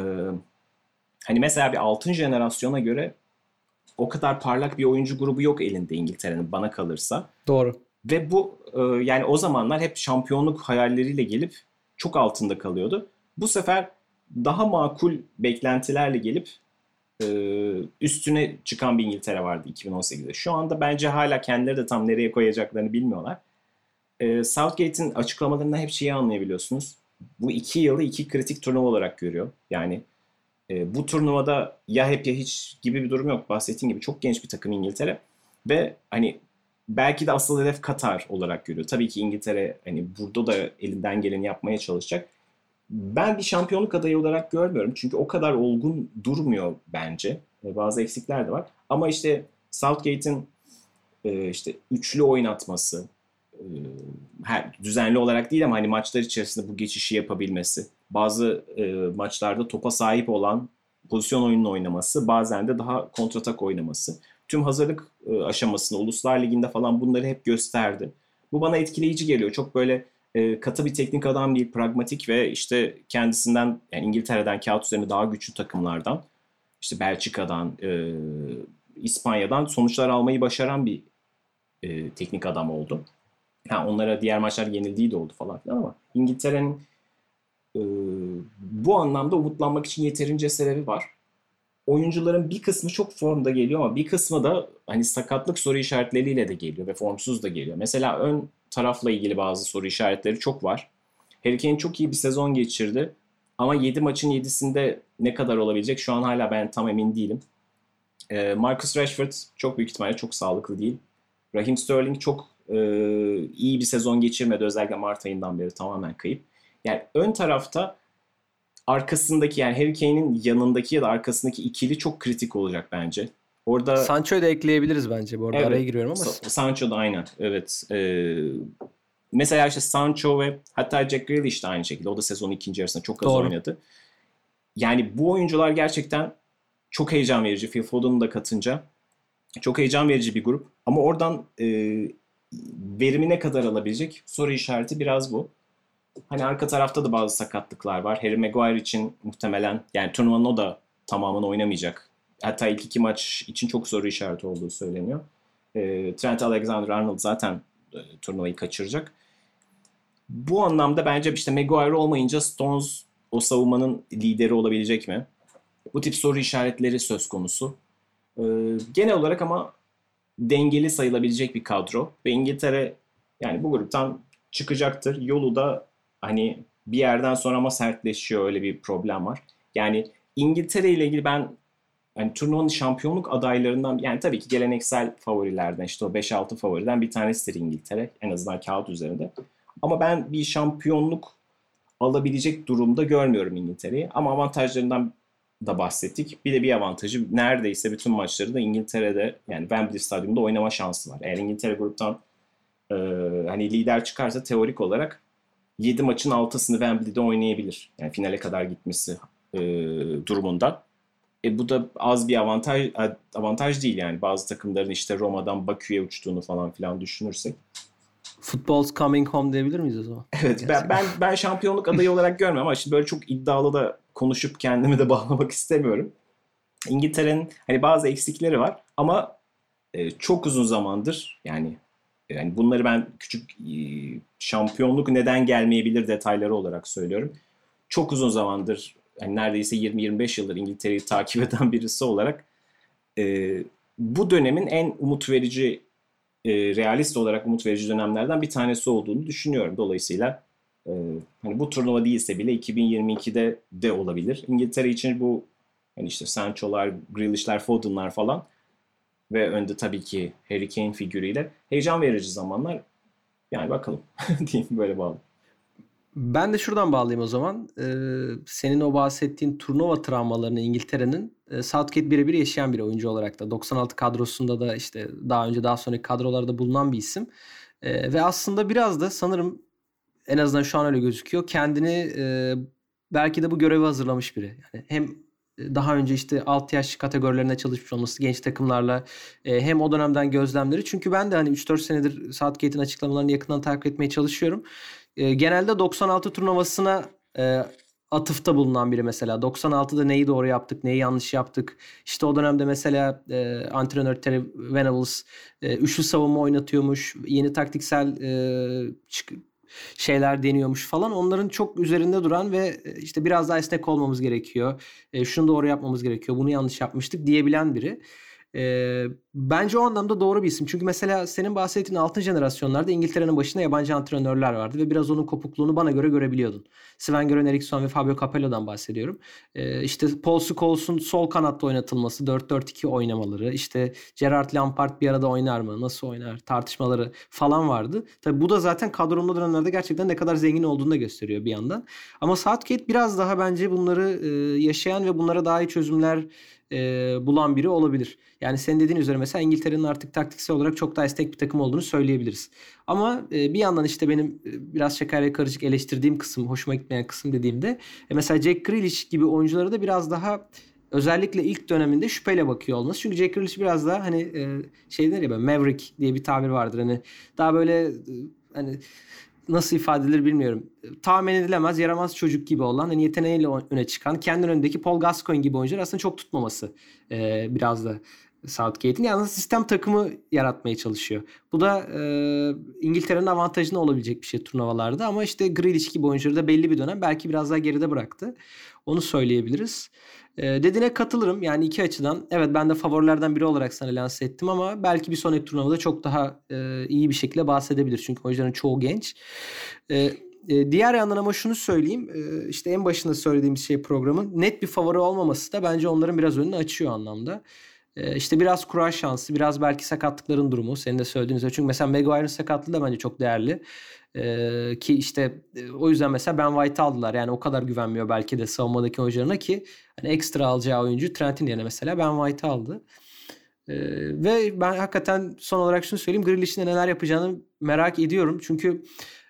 hani mesela bir altın jenerasyona göre o kadar parlak bir oyuncu grubu yok elinde İngiltere'nin, bana kalırsa. Doğru. Ve bu yani o zamanlar hep şampiyonluk hayalleriyle gelip çok altında kalıyordu. Bu sefer daha makul beklentilerle gelip üstüne çıkan bir İngiltere vardı 2018'de. Şu anda bence hala kendileri de tam nereye koyacaklarını bilmiyorlar. Southgate'in açıklamalarından hep şeyi anlayabiliyorsunuz. Bu 2 yılı 2 kritik turnuva olarak görüyor. Yani bu turnuvada ya hep ya hiç gibi bir durum yok. Bahsettiğim gibi çok genç bir takım İngiltere. Ve hani belki de asıl hedef Katar olarak görüyor. Tabii ki İngiltere hani burada da elinden geleni yapmaya çalışacak. Ben bir şampiyonluk adayı olarak görmüyorum. Çünkü o kadar olgun durmuyor bence. Bazı eksikler de var. Ama işte Southgate'in işte üçlü oynatması, düzenli olarak değil ama hani maçlar içerisinde bu geçişi yapabilmesi, bazı maçlarda topa sahip olan pozisyon oyununu oynaması, bazen de daha kontratak oynaması. Tüm hazırlık aşamasında, Uluslar Ligi'nde falan bunları hep gösterdi. Bu bana etkileyici geliyor. Çok böyle katı bir teknik adam değil, pragmatik ve işte kendisinden, yani İngiltere'den, kağıt üzerinde daha güçlü takımlardan, işte Belçika'dan, İspanya'dan sonuçlar almayı başaran bir teknik adam oldu. Onlara diğer maçlar yenildiği de oldu falan filan ama İngiltere'nin bu anlamda umutlanmak için yeterince sebebi var. Oyuncuların bir kısmı çok formda geliyor ama bir kısmı da hani sakatlık soru işaretleriyle de geliyor ve formsuz da geliyor. Mesela ön tarafla ilgili bazı soru işaretleri çok var. Harry Kane çok iyi bir sezon geçirdi ama 7 maçın 7'sinde ne kadar olabilecek şu an hala ben tam emin değilim. Marcus Rashford çok büyük ihtimalle çok sağlıklı değil. Raheem Sterling çok iyi bir sezon geçirmedi. Özellikle Mart ayından beri tamamen kayıp. Yani ön tarafta arkasındaki, yani Harry Kane'in yanındaki ya da arkasındaki ikili çok kritik olacak bence. Orada Sancho'yu da ekleyebiliriz bence bu arada. evet, Araya giriyorum ama. Sancho da aynen. Evet. Mesela işte Sancho ve hatta Jack Grealish de aynı şekilde. O da sezonun ikinci yarısında çok az oynadı. Yani bu oyuncular gerçekten çok heyecan verici. Phil Foden'ı da katınca çok heyecan verici bir grup. Ama oradan verimi ne kadar alabilecek? Soru işareti biraz bu. Hani arka tarafta da bazı sakatlıklar var. Harry Maguire için muhtemelen, yani turnuvanın o da tamamını oynamayacak. Hatta ilk 2 maç için çok soru işareti olduğu söyleniyor. Trent Alexander-Arnold zaten turnuvayı kaçıracak. Bu anlamda bence işte Maguire olmayınca Stones o savunmanın lideri olabilecek mi? Bu tip soru işaretleri söz konusu. Genel olarak ama dengeli sayılabilecek bir kadro ve İngiltere yani bu gruptan çıkacaktır. Yolu da hani bir yerden sonra ama sertleşiyor, öyle bir problem var. Yani İngiltere ile ilgili ben hani turnuvanın şampiyonluk adaylarından yani tabii ki geleneksel favorilerden işte o 5-6 favoriden bir tanesidir İngiltere en azından kağıt üzerinde. Ama ben bir şampiyonluk alabilecek durumda görmüyorum İngiltere'yi. Ama avantajlarından da bahsettik. Bir de bir avantajı neredeyse bütün maçları da İngiltere'de yani Wembley Stadyumunda oynama şansı var. Eğer İngiltere gruptan hani lider çıkarsa teorik olarak 7 maçın 6'sını Wembley'de oynayabilir. Yani finale kadar gitmesi durumunda. Bu da az bir avantaj değil yani. Bazı takımların işte Roma'dan Bakü'ye uçtuğunu falan filan düşünürsek. Football's coming home diyebilir miyiz o zaman? Evet, ben şampiyonluk adayı olarak görmüyorum ama şimdi böyle çok iddialı da konuşup kendimi de bağlamak istemiyorum. İngiltere'nin hani bazı eksikleri var ama çok uzun zamandır yani bunları ben küçük şampiyonluk neden gelmeyebilir detayları olarak söylüyorum. Çok uzun zamandır yani neredeyse 20-25 yıldır İngiltere'yi takip eden birisi olarak bu dönemin en umut verici realist olarak umut verici dönemlerden bir tanesi olduğunu düşünüyorum. Dolayısıyla hani bu turnuva değilse bile 2022'de de olabilir. İngiltere için bu hani işte Sancho'lar, Grealish'ler, Foden'lar falan ve önde tabii ki Harry Kane figürüyle heyecan verici zamanlar. Yani bakalım diyeyim böyle bağlı. Ben de şuradan bağlayayım o zaman. Senin o bahsettiğin turnuva travmalarını İngiltere'nin Southgate birebir yaşayan bir oyuncu olarak da 96 kadrosunda da işte daha önce daha sonraki kadrolarda bulunan bir isim. Ve aslında biraz da sanırım en azından şu an öyle gözüküyor. Kendini belki de bu göreve hazırlamış biri. Yani hem daha önce işte alt yaş kategorilerinde çalışmış olması genç takımlarla hem o dönemden gözlemleri. Çünkü ben de hani 3-4 senedir Southgate'in açıklamalarını yakından takip etmeye çalışıyorum. Genelde 96 turnuvasına atıfta bulunan biri mesela. 96'da neyi doğru yaptık, neyi yanlış yaptık. İşte o dönemde mesela antrenör Terry Venables üçlü savunma oynatıyormuş. Yeni taktiksel şeyler deniyormuş falan. Onların çok üzerinde duran ve işte biraz daha esnek olmamız gerekiyor. Şunu doğru yapmamız gerekiyor. Bunu yanlış yapmıştık diyebilen biri. Bence o anlamda doğru bir isim. Çünkü mesela senin bahsettiğin altın jenerasyonlarda İngiltere'nin başında yabancı antrenörler vardı ve biraz onun kopukluğunu bana göre görebiliyordun. Sven-Göran Eriksson ve Fabio Capello'dan bahsediyorum. İşte Paul Scholes'un sol kanatta oynatılması, 4-4-2 oynamaları, işte Gerrard Lampard bir arada oynar mı, nasıl oynar tartışmaları falan vardı. Tabii bu da zaten kadronlu dönemlerde gerçekten ne kadar zengin olduğunu da gösteriyor bir yandan. Ama Southgate biraz daha bence bunları yaşayan ve bunlara daha iyi çözümler bulan biri olabilir. Yani senin dediğin üzere mesela İngiltere'nin artık taktiksel olarak çok daha esnek bir takım olduğunu söyleyebiliriz. Ama bir yandan işte benim biraz şakayla karışık eleştirdiğim kısım, hoşuma gitmeyen kısım dediğimde mesela Jack Grealish gibi oyunculara da biraz daha özellikle ilk döneminde şüpheyle bakıyor olması. Çünkü Jack Grealish biraz daha hani şey der ya böyle Maverick diye bir tabir vardır. Hani daha böyle hani nasıl ifade edilir bilmiyorum. Tahmin edilemez, yaramaz çocuk gibi olan, hani yeteneğiyle öne çıkan, kendinin önündeki Paul Gascoigne gibi oyuncular aslında çok tutmaması biraz da Southgate'in. Yalnız sistem takımı yaratmaya çalışıyor. Bu da İngiltere'nin avantajına olabilecek bir şey turnuvalarda ama işte Grealish gibi oyuncuları da belli bir dönem belki biraz daha geride bıraktı. Onu söyleyebiliriz. Dediğine katılırım. Yani iki açıdan. Evet ben de favorilerden biri olarak sana lanse ettim ama belki bir sonraki turnuvada çok daha iyi bir şekilde bahsedebilir. Çünkü oyuncuların çoğu genç. Diğer yandan ama şunu söyleyeyim. İşte en başında söylediğim şey programın net bir favori olmaması da bence onların biraz önünü açıyor anlamda. İşte biraz kura şansı, biraz belki sakatlıkların durumu. Senin de söylediğin üzere. Çünkü mesela Maguire'ın sakatlığı da bence çok değerli. Ki işte o yüzden mesela Ben White'ı aldılar. Yani o kadar güvenmiyor belki de savunmadaki oyuncularına ki hani ekstra alacağı oyuncu Trent'in yerine mesela Ben White'ı aldı. Ve ben hakikaten son olarak şunu söyleyeyim. Grealish'in neler yapacağını merak ediyorum. Çünkü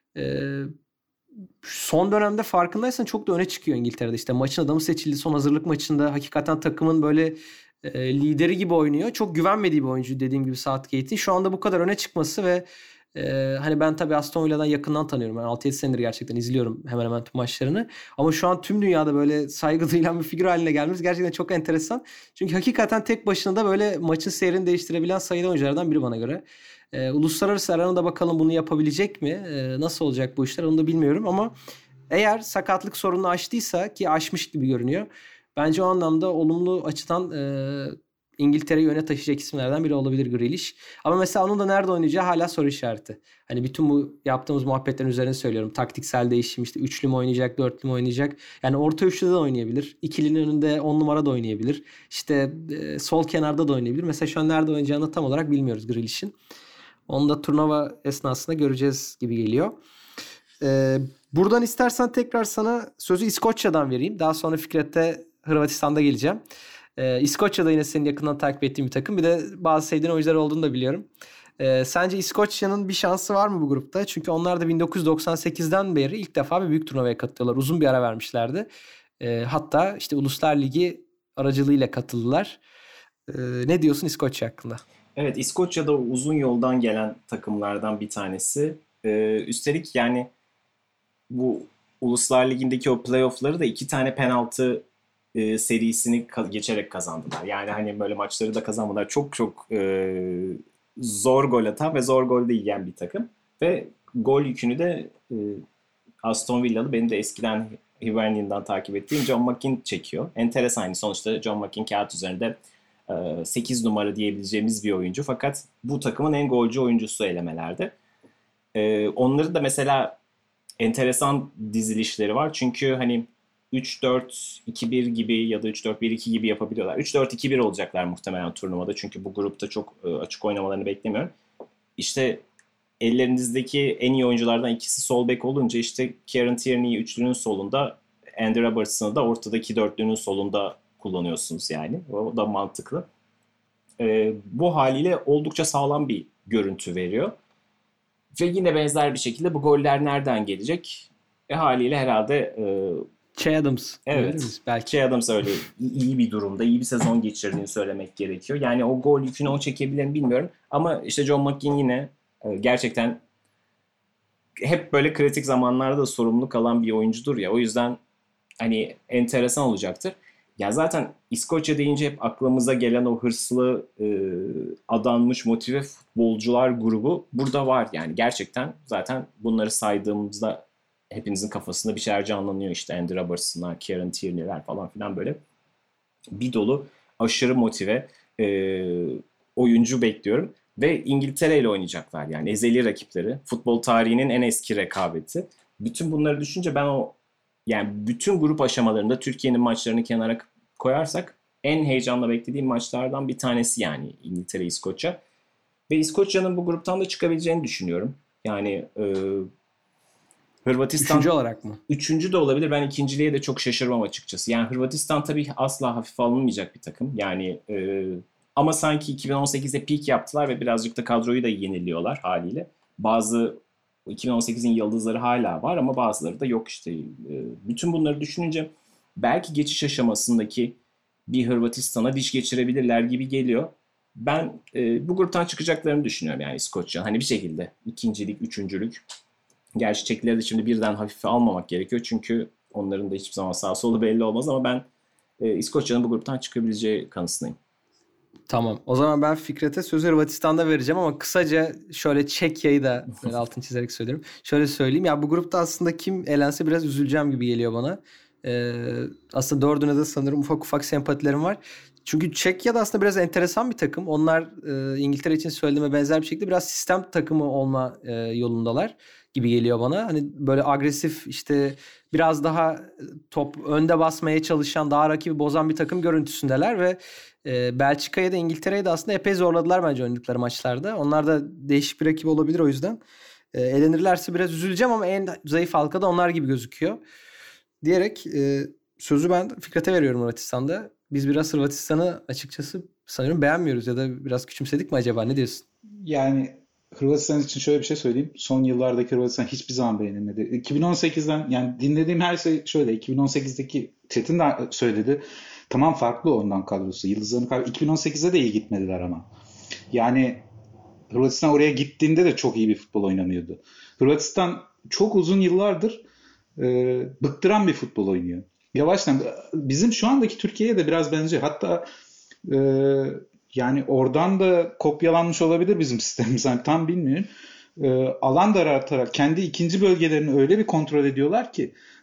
son dönemde farkındaysan çok da öne çıkıyor İngiltere'de. İşte maçın adamı seçildi son hazırlık maçında. Hakikaten takımın böyle lideri gibi oynuyor. Çok güvenmediği bir oyuncu dediğim gibi Southgate'in. Şu anda bu kadar öne çıkması ve hani ben tabii Aston Villa'dan yakından tanıyorum. Ben 6-7 senedir gerçekten izliyorum hemen hemen tüm maçlarını. Ama şu an tüm dünyada böyle saygı duyulan bir figür haline gelmemiz gerçekten çok enteresan. Çünkü hakikaten tek başına da böyle maçın seyrini değiştirebilen sayıda oyunculardan biri bana göre. Uluslararası arenada bakalım bunu yapabilecek mi? Nasıl olacak bu işler onu da bilmiyorum ama Eğer sakatlık sorununu aştıysa, ki aşmış gibi görünüyor, bence o anlamda olumlu açıdan İngiltere'yi öne taşıyacak isimlerden biri olabilir Grealish. Ama mesela onun da nerede oynayacağı hala soru işareti. Hani bütün bu yaptığımız muhabbetlerin üzerine söylüyorum. Taktiksel değişim, işte üçlü mü oynayacak, dörtlü mü oynayacak? Yani orta üçlüde de oynayabilir. İkilinin önünde 10 numara da oynayabilir. İşte sol kenarda da oynayabilir. Mesela şu an nerede oynayacağını tam olarak bilmiyoruz Grealish'in. Onu da turnuva esnasında göreceğiz gibi geliyor. Buradan istersen tekrar sana sözü İskoçya'dan vereyim. Daha sonra Fikret'te Hırvatistan'da geleceğim. İskoçya'da yine senin yakından takip ettiğin bir takım. Bir de bazı sevdiğin oyuncular olduğunu da biliyorum. Sence İskoçya'nın bir şansı var mı bu grupta? Çünkü onlar da 1998'den beri ilk defa bir büyük turnuvaya katılıyorlar. Uzun bir ara vermişlerdi. Hatta işte Uluslar Ligi aracılığıyla katıldılar. Ne diyorsun İskoçya hakkında? Evet, İskoçya'da uzun yoldan gelen takımlardan bir tanesi. Üstelik yani bu Uluslar Ligi'ndeki o playoff'ları da 2 tane penaltı serisini geçerek kazandılar. Yani hani böyle maçları da kazanmadılar. Çok çok zor gol atan ve zor gol de yiyen bir takım. Ve gol yükünü de Aston Villalı, benim de eskiden Hibernian'dan takip ettiğim John McGinn çekiyor. Enteresan. Sonuçta John McGinn kağıt üzerinde 8 numara diyebileceğimiz bir oyuncu. Fakat bu takımın en golcü oyuncusu elemelerde. Onların da mesela enteresan dizilişleri var. Çünkü hani 3-4-2-1 gibi ya da 3-4-1-2 gibi yapabiliyorlar. 3-4-2-1 olacaklar muhtemelen turnuvada. Çünkü bu grupta çok açık oynamalarını beklemiyorum. İşte ellerinizdeki en iyi oyunculardan ikisi sol bek olunca işte Kieran Tierney'i üçlünün solunda, Andy Robertson'ı da ortadaki dörtlünün solunda kullanıyorsunuz yani. O da mantıklı. Bu haliyle oldukça sağlam bir görüntü veriyor. Ve yine benzer bir şekilde bu goller nereden gelecek? Haliyle herhalde Che Adams. evet. Belki. Che Adams öyle iyi bir durumda, iyi bir sezon geçirdiğini söylemek gerekiyor. Yani o gol yükünü o çekebilir mi bilmiyorum. Ama işte John McGinn yine gerçekten hep böyle kritik zamanlarda da sorumluluk alan bir oyuncudur ya. O yüzden hani enteresan olacaktır. Ya zaten İskoçya deyince hep aklımıza gelen o hırslı, adanmış, motive futbolcular grubu burada var. Yani gerçekten zaten bunları saydığımızda hepinizin kafasında bir şeyler canlanıyor. İşte Andy Robertson'lar, Kieran Tierney'ler falan filan böyle bir dolu aşırı motive oyuncu bekliyorum. Ve İngiltere ile oynayacaklar yani ezeli rakipleri. Futbol tarihinin en eski rekabeti. Bütün bunları düşünce ben yani bütün grup aşamalarında Türkiye'nin maçlarını kenara koyarsak en heyecanla beklediğim maçlardan bir tanesi yani İngiltere-İskoçya. Ve İskoçya'nın bu gruptan da çıkabileceğini düşünüyorum. Yani Hırvatistan... Üçüncü olarak mı? Üçüncü de olabilir. Ben ikinciliğe de çok şaşırmam açıkçası. Yani Hırvatistan tabii asla hafife alınmayacak bir takım. Yani ama sanki 2018'de peak yaptılar ve birazcık da kadroyu da yeniliyorlar haliyle. Bazı 2018'in yıldızları hala var ama bazıları da yok işte. Bütün bunları düşününce belki geçiş aşamasındaki bir Hırvatistan'a diş geçirebilirler gibi geliyor. Ben bu gruptan çıkacaklarını düşünüyorum yani İskoçya. Hani bir şekilde ikincilik, üçüncülük. Gerçi Çekleri de şimdi birden hafife almamak gerekiyor. Çünkü onların da hiçbir zaman sağ solu belli olmaz ama ben İskoçya'nın bu gruptan çıkabileceği kanısındayım. Tamam. O zaman ben Fikret'e sözü Hırvatistan'da vereceğim ama kısaca şöyle Çekya'yı da altını çizerek söylüyorum. Şöyle söyleyeyim. Ya bu grupta aslında kim elense biraz üzüleceğim gibi geliyor bana. Aslında dördüne de sanırım ufak ufak sempatilerim var. Çünkü Çekya da aslında biraz enteresan bir takım. Onlar İngiltere için söylediğime benzer bir şekilde biraz sistem takımı olma yolundalar gibi geliyor bana. Hani böyle agresif işte biraz daha top önde basmaya çalışan, daha rakibi bozan bir takım görüntüsündeler ve Belçika'ya da İngiltere'ye de aslında epey zorladılar bence oynadıkları maçlarda. Onlar da değişik bir rakip olabilir o yüzden. Elenirlerse biraz üzüleceğim ama en zayıf halka da onlar gibi gözüküyor. Diyerek sözü ben Fikret'e veriyorum Hırvatistan'da. Biz biraz Hırvatistan'ı açıkçası sanıyorum beğenmiyoruz ya da biraz küçümsedik mi acaba? Ne diyorsun? Yani Hırvatistan için şöyle bir şey söyleyeyim. Son yıllardaki Hırvatistan hiçbir zaman beğenilmedi. 2018'den yani dinlediğim her şey şöyle. 2018'deki Çetin de söyledi. Tamam farklı ondan kadrosu. Yıldızların kadrosu. 2018'de de iyi gitmediler ama. Yani Hırvatistan oraya gittiğinde de çok iyi bir futbol oynamıyordu. Hırvatistan çok uzun yıllardır bıktıran bir futbol oynuyor. Yavaştan bizim şu andaki Türkiye'ye de biraz benziyor. Hatta yani oradan da kopyalanmış olabilir bizim sistemimiz. Yani tam bilmiyorum. Alan daraltarak kendi ikinci bölgelerini öyle bir kontrol ediyorlar ki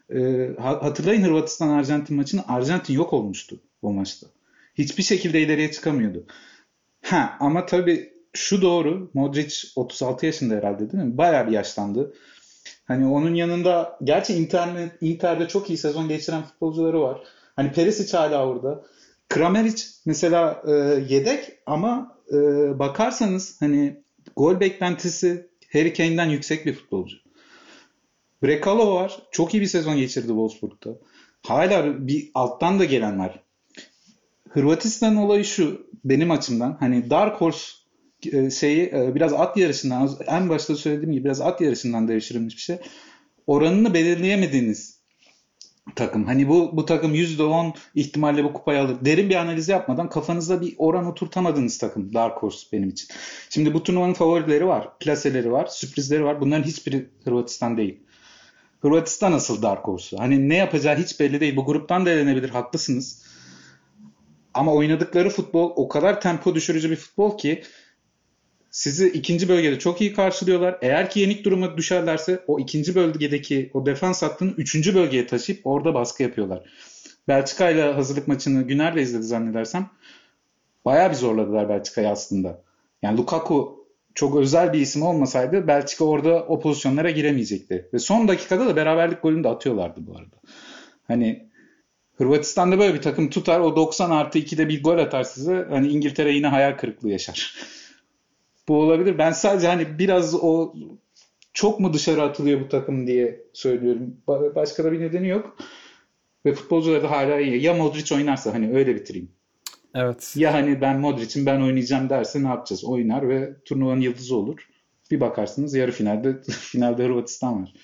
Hatırlayın Hırvatistan-Arjantin maçını. Arjantin yok olmuştu o maçta. Hiçbir şekilde ileriye çıkamıyordu. Ama tabii şu doğru. Modric 36 yaşında herhalde değil mi? Bayağı bir yaşlandı. Hani onun yanında gerçi Inter'de çok iyi sezon geçiren futbolcuları var. Hani Perisic hala orada. Kramaric mesela yedek ama bakarsanız hani gol beklentisi Harry Kane'den yüksek bir futbolcu. Brekalo var. Çok iyi bir sezon geçirdi Wolfsburg'da. Hala bir alttan da gelen var. Hırvatistan olayı şu benim açımdan. Hani Dark Horse biraz at yarışından, en başta söylediğim gibi biraz at yarışından devşirilmiş bir şey. Oranını belirleyemediğiniz takım. Hani bu takım %10 ihtimalle bu kupayı alır. Derin bir analiz yapmadan kafanızda bir oran oturtamadığınız takım Dark Horse benim için. Şimdi bu turnuvanın favorileri var, plaseleri var, sürprizleri var. Bunların hiçbiri Hırvatistan değil. Hırvatistan asıl Dark Horse'u. Hani ne yapacağı hiç belli değil. Bu gruptan da elenebilir, haklısınız. Ama oynadıkları futbol o kadar tempo düşürücü bir futbol ki sizi ikinci bölgede çok iyi karşılıyorlar. Eğer ki yenik duruma düşerlerse o ikinci bölgedeki o defans hattını üçüncü bölgeye taşıyıp orada baskı yapıyorlar. Belçika ile hazırlık maçını Güner de izledi zannedersem. Bayağı bir zorladılar Belçika'yı aslında. Yani Lukaku çok özel bir isim olmasaydı Belçika orada o pozisyonlara giremeyecekti. Ve son dakikada da beraberlik golünü de atıyorlardı bu arada. Hani Hırvatistan'da böyle bir takım tutar, o 90+2'de bir gol atar size. Hani İngiltere yine hayal kırıklığı yaşar. Bu olabilir. Ben sadece hani biraz o çok mu dışarı atılıyor bu takım diye söylüyorum. Başka da bir nedeni yok. Ve futbolcular da hala iyi. Ya Modric oynarsa hani öyle bitireyim. Evet. Ya hani ben Modric'im ben oynayacağım derse ne yapacağız? Oynar ve turnuvanın yıldızı olur. Bir bakarsınız yarı finalde Hırvatistan var.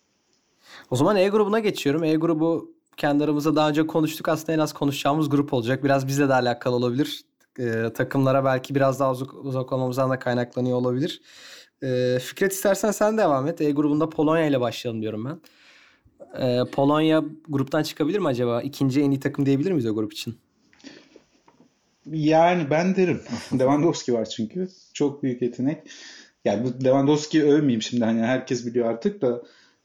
O zaman E grubuna geçiyorum. E grubu kendi aramızda daha önce konuştuk. Aslında en az konuşacağımız grup olacak. Biraz bizle de alakalı olabilir. Takımlara belki biraz daha uzak olmamızdan da kaynaklanıyor olabilir. Fikret istersen sen devam et. E grubunda Polonya ile başlayalım diyorum ben. Polonya gruptan çıkabilir mi acaba? İkinci en iyi takım diyebilir miyiz o grup için? Yani ben derim. Lewandowski var çünkü. Çok büyük yetenek. Yani bu Lewandowski'yi övmeyeyim şimdi. Hani herkes biliyor artık da.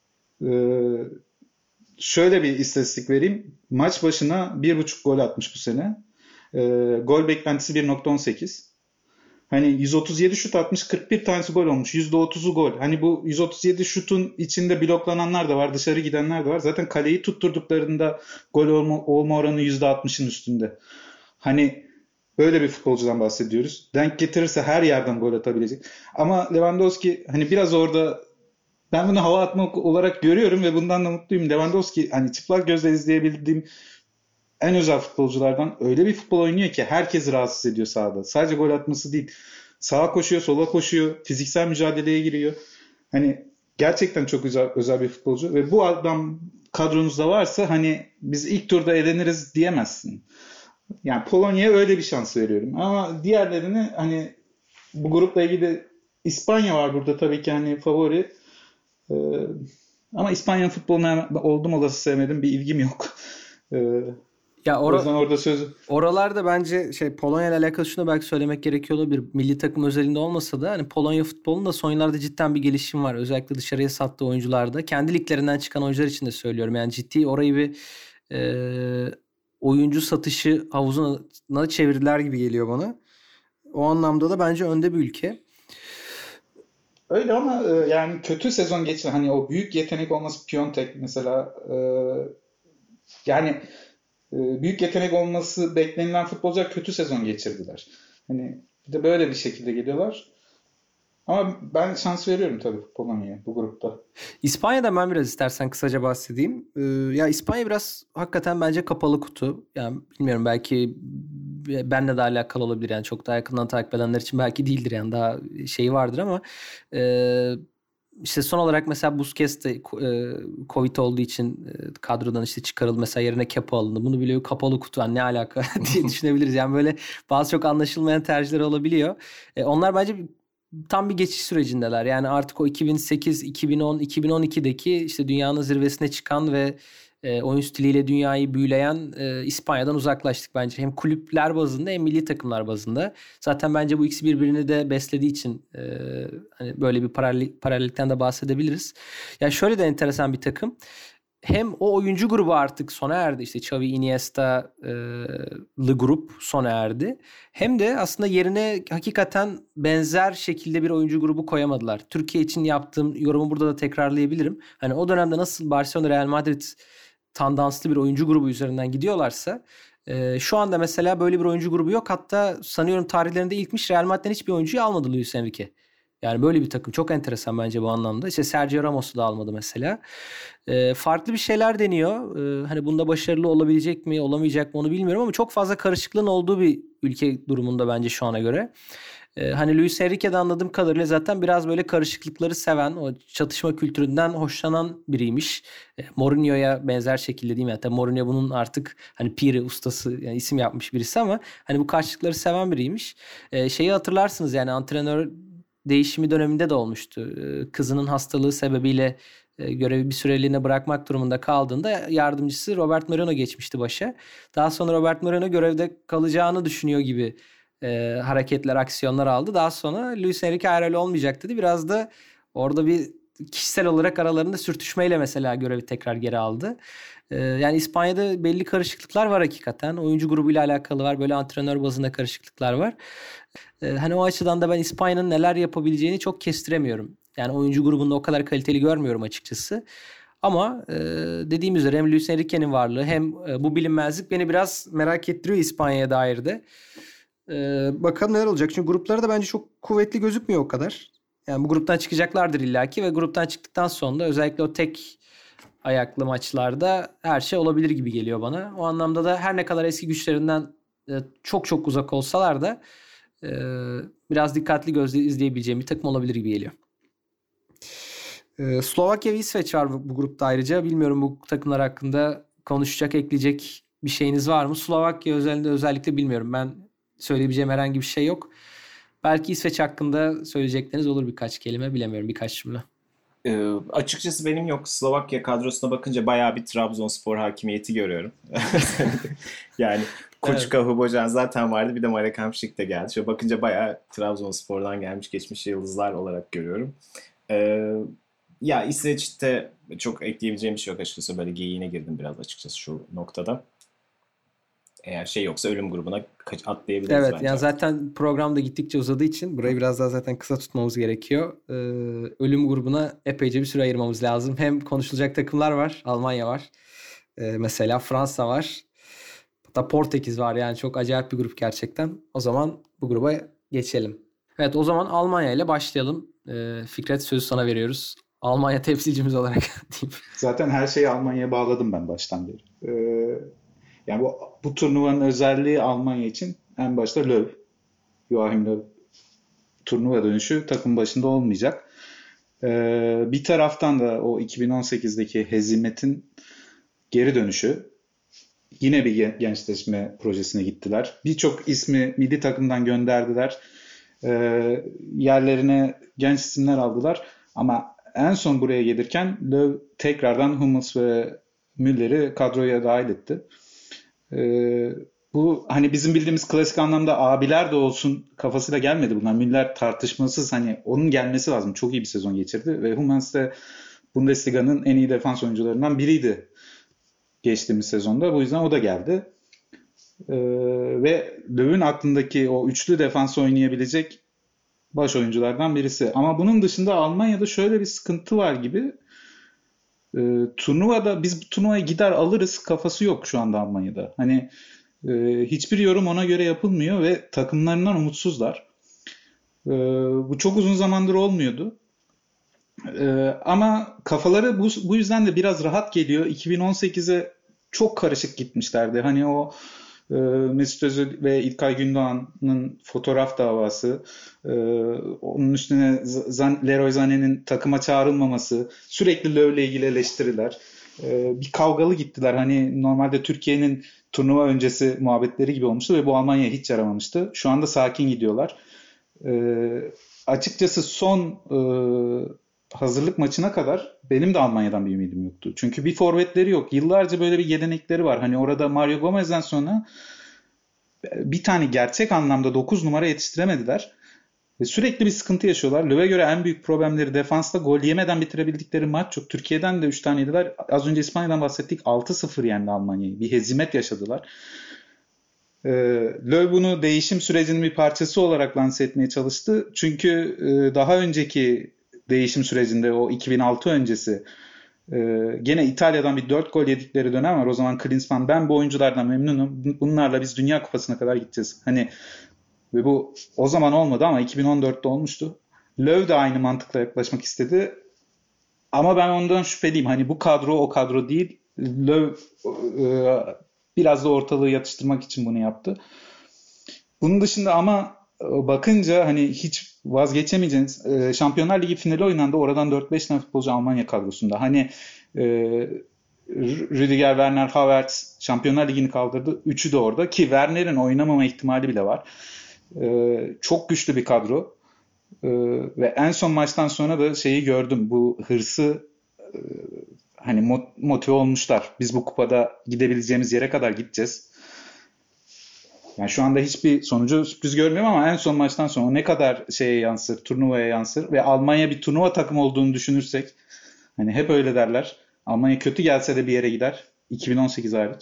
Şöyle bir istatistik vereyim. Maç başına 1,5 gol atmış bu sene. Gol beklentisi 1,18. Hani 137 şut atmış, 41 tanesi gol olmuş. %30'u gol. Hani bu 137 şutun içinde bloklananlar da var, dışarı gidenler de var. Zaten kaleyi tutturduklarında gol olma oranı %60'ın üstünde. Hani böyle bir futbolcudan bahsediyoruz. Denk getirirse her yerden gol atabilecek. Ama Lewandowski hani biraz orada ben bunu hava atmak olarak görüyorum ve bundan da mutluyum. Lewandowski hani çıplak gözle izleyebildiğim en özel futbolculardan, öyle bir futbol oynuyor ki herkesi rahatsız ediyor sahada. Sadece gol atması değil. Sağa koşuyor, sola koşuyor, fiziksel mücadeleye giriyor. Hani gerçekten çok özel bir futbolcu ve bu adam kadronuzda varsa hani biz ilk turda eleniriz diyemezsin. Yani Polonya'ya öyle bir şans veriyorum. Ama diğerlerini hani bu grupla ilgili İspanya var burada tabii ki hani favori. Ama İspanya futboluna oldum olası sevmedim, bir ilgim yok. Ya o yüzden orada sözü. Oralarda bence Polonya ile alakalı şunu belki söylemek gerekiyor olabilir. Milli takım özelinde olmasa da hani Polonya futbolunda son yıllarda cidden bir gelişim var. Özellikle dışarıya sattığı oyuncularda. Kendi liglerinden çıkan oyuncular için de söylüyorum. Yani ciddi orayı bir oyuncu satışı havuzuna çevirdiler gibi geliyor bana. O anlamda da bence önde bir ülke. Öyle ama yani kötü sezon geçiren hani o büyük yetenek olması Piontek mesela yani büyük yetenek olması beklenilen futbolcular kötü sezon geçirdiler. Hani bir de böyle bir şekilde geliyorlar. Ama ben şans veriyorum tabii Polonya'ya bu grupta. İspanya'da ben biraz istersen kısaca bahsedeyim. Ya İspanya biraz hakikaten bence kapalı kutu. Yani bilmiyorum belki benle de alakalı olabilir. Yani çok daha yakından takip edenler için belki değildir yani daha şeyi vardır ama işte son olarak mesela Busquets de Covid olduğu için kadrodan işte çıkarıldı. Mesela yerine Kepa alındı. Bunu bile kapalı kutu yani ne alaka diye düşünebiliriz. Yani böyle bazı çok anlaşılmayan tercihler olabiliyor. Onlar bence tam bir geçiş sürecindeler. Yani artık o 2008, 2010, 2012'deki işte dünyanın zirvesine çıkan ve oyun stiliyle dünyayı büyüleyen İspanya'dan uzaklaştık bence. Hem kulüpler bazında hem milli takımlar bazında. Zaten bence bu ikisi birbirini de beslediği için hani böyle bir paralellikten de bahsedebiliriz. Yani şöyle de enteresan bir takım. hem o oyuncu grubu artık sona erdi. İşte Xavi, Iniesta'lı grup sona erdi. Hem de aslında yerine hakikaten benzer şekilde bir oyuncu grubu koyamadılar. Türkiye için yaptığım yorumu burada da tekrarlayabilirim. Hani o dönemde nasıl Barcelona, Real Madrid tandanslı bir oyuncu grubu üzerinden gidiyorlarsa şu anda mesela böyle bir oyuncu grubu yok. Hatta sanıyorum tarihlerinde ilkmiş Real Madrid'den hiçbir oyuncuyu almadı Luis Enrique. Yani böyle bir takım çok enteresan bence bu anlamda. İşte Sergio Ramos'u da almadı mesela. Farklı bir şeyler deniyor. Hani bunda başarılı olabilecek mi, olamayacak mı onu bilmiyorum ama çok fazla karışıklığın olduğu bir ülke durumunda bence şu ana göre. Hani Luis Enrique'de anladığım kadarıyla zaten biraz böyle karışıklıkları seven, o çatışma kültüründen hoşlanan biriymiş. Mourinho'ya benzer şekilde değil mi? Hatta Mourinho bunun artık hani piri, ustası, yani isim yapmış birisi ama hani bu karşılıkları seven biriymiş. Şeyi hatırlarsınız yani antrenör değişimi döneminde de olmuştu. Kızının hastalığı sebebiyle görevi bir süreliğine bırakmak durumunda kaldığında yardımcısı Robert Moreno geçmişti başa. Daha sonra Robert Moreno görevde kalacağını düşünüyor gibi hareketler, aksiyonlar aldı. Daha sonra Luis Enrique hayır öyle olmayacak dedi. Biraz da orada bir kişisel olarak aralarında sürtüşmeyle mesela görevi tekrar geri aldı. Yani İspanya'da belli karışıklıklar var hakikaten. Oyuncu grubuyla alakalı var. Böyle antrenör bazında karışıklıklar var. Hani o açıdan da ben İspanya'nın neler yapabileceğini çok kestiremiyorum. Yani oyuncu grubunda o kadar kaliteli görmüyorum açıkçası. Ama dediğim üzere hem Luis Enrique'nin varlığı hem bu bilinmezlik beni biraz merak ettiriyor İspanya'ya dair de. Bakalım neler olacak. Çünkü grupları da bence çok kuvvetli gözükmüyor o kadar. Yani bu gruptan çıkacaklardır illaki ve gruptan çıktıktan sonra da özellikle o tek ayaklı maçlarda her şey olabilir gibi geliyor bana. O anlamda da her ne kadar eski güçlerinden çok çok uzak olsalar da biraz dikkatli gözle izleyebileceğim bir takım olabilir gibi geliyor. Slovakya ve İsveç var bu grupta ayrıca. Bilmiyorum bu takımlar hakkında konuşacak, ekleyecek bir şeyiniz var mı? Slovakya özelinde özellikle bilmiyorum. Ben söyleyebileceğim herhangi bir şey yok. Belki İsveç hakkında söyleyecekleriniz olur birkaç kelime. Bilemiyorum birkaç cümle. Açıkçası benim yok. Slovakya kadrosuna bakınca bayağı bir Trabzonspor hakimiyeti görüyorum. Yani Kučka, Hubocan zaten vardı. Bir de Marek Hamšík de geldi. Şöyle bakınca bayağı Trabzonspor'dan gelmiş geçmiş yıldızlar olarak görüyorum. Ya İsveç'te çok ekleyebileceğim bir şey yok açıkçası. Böyle geyiğine girdim biraz açıkçası şu noktada. Eğer şey yoksa ölüm grubuna atlayabiliriz evet, bence. yani zaten programda gittikçe uzadığı için burayı biraz daha zaten kısa tutmamız gerekiyor. Ölüm grubuna epeyce bir süre ayırmamız lazım. Hem konuşulacak takımlar var. Almanya var. Mesela Fransa var. Hatta Portekiz var. Yani çok acayip bir grup gerçekten. O zaman bu gruba geçelim. Evet, o zaman Almanya ile başlayalım. Fikret, sözü sana veriyoruz. Almanya temsilcimiz olarak diyeyim. Zaten her şeyi Almanya'ya bağladım ben baştan beri. Yani bu turnuvanın özelliği Almanya için en başta Löw. Joachim Löw turnuva dönüşü takım başında olmayacak. Bir taraftan da o 2018'deki hezimetin geri dönüşü. Yine bir gençleşme projesine gittiler. Birçok ismi milli takımdan gönderdiler. Yerlerine genç isimler aldılar. Ama en son buraya gelirken Löw tekrardan Hummels ve Müller'i kadroya dahil etti. Bu hani bizim bildiğimiz klasik anlamda abiler de olsun kafasıyla gelmedi bunlar. Müller tartışmasız hani onun gelmesi lazım. Çok iyi bir sezon geçirdi ve Hummels de Bundesliga'nın en iyi defans oyuncularından biriydi geçtiğimiz sezonda. Bu yüzden o da geldi. Ve Löw'ün aklındaki o üçlü defans oynayabilecek baş oyunculardan birisi. Ama bunun dışında Almanya'da şöyle bir sıkıntı var gibi. Turnuvada biz bu turnuvaya gider alırız kafası yok şu anda Almanya'da. Hani hiçbir yorum ona göre yapılmıyor ve takımlarından umutsuzlar. Bu çok uzun zamandır olmuyordu. Ama kafaları bu yüzden de biraz rahat geliyor. 2018'e çok karışık gitmişlerdi. Hani o Mesut Özil ve İlkay Gündoğan'ın fotoğraf davası, onun üstüne Leroy Sané'nin takıma çağrılmaması, sürekli Löw'le ilgili eleştiriler. Bir kavgalı gittiler. Hani normalde Türkiye'nin turnuva öncesi muhabbetleri gibi olmuştu ve bu Almanya'ya hiç yaramamıştı. Şu anda sakin gidiyorlar. Açıkçası son hazırlık maçına kadar benim de Almanya'dan bir ümidim yoktu. Çünkü bir forvetleri yok. Yıllarca böyle bir gelenekleri var. Hani orada Mario Gomez'den sonra bir tane gerçek anlamda 9 numara yetiştiremediler. Ve sürekli bir sıkıntı yaşıyorlar. Löw'e göre en büyük problemleri defansta gol yemeden bitirebildikleri maç çok. Türkiye'den de 3 tane yediler. Az önce İspanya'dan bahsettik. 6-0 yendi Almanya'yı. Bir hezimet yaşadılar. Löw bunu değişim sürecinin bir parçası olarak lanse etmeye çalıştı. Çünkü daha önceki değişim sürecinde o 2006 öncesi gene İtalya'dan bir 4 gol yedikleri dönem var. O zaman Klinsmann ben bu oyunculardan memnunum. Bunlarla biz Dünya Kupası'na kadar gideceğiz. Hani ve bu o zaman olmadı ama 2014'te olmuştu. Löw de aynı mantıkla yaklaşmak istedi. Ama ben ondan şüpheliyim. Hani bu kadro o kadro değil. Löw biraz da ortalığı yatıştırmak için bunu yaptı. Bunun dışında ama bakınca hani hiç vazgeçemeyeceğiniz Şampiyonlar Ligi finali oynandı. Oradan 4-5 tane futbolcu Almanya kadrosunda. Hani Rüdiger, Werner, Havertz Şampiyonlar Ligi'ni kaldırdı. Üçü de orada ki Werner'in oynamama ihtimali bile var. Çok güçlü bir kadro. Ve en son maçtan sonra da şeyi gördüm. Bu hırsı hani motive olmuşlar. Biz bu kupada gidebileceğimiz yere kadar gideceğiz. Yani şu anda hiçbir sonucu sürpriz görmüyorum ama en son maçtan sonra o ne kadar şeye yansır, turnuvaya yansır ve Almanya bir turnuva takımı olduğunu düşünürsek hani hep öyle derler. Almanya kötü gelse de bir yere gider. 2018 hariç.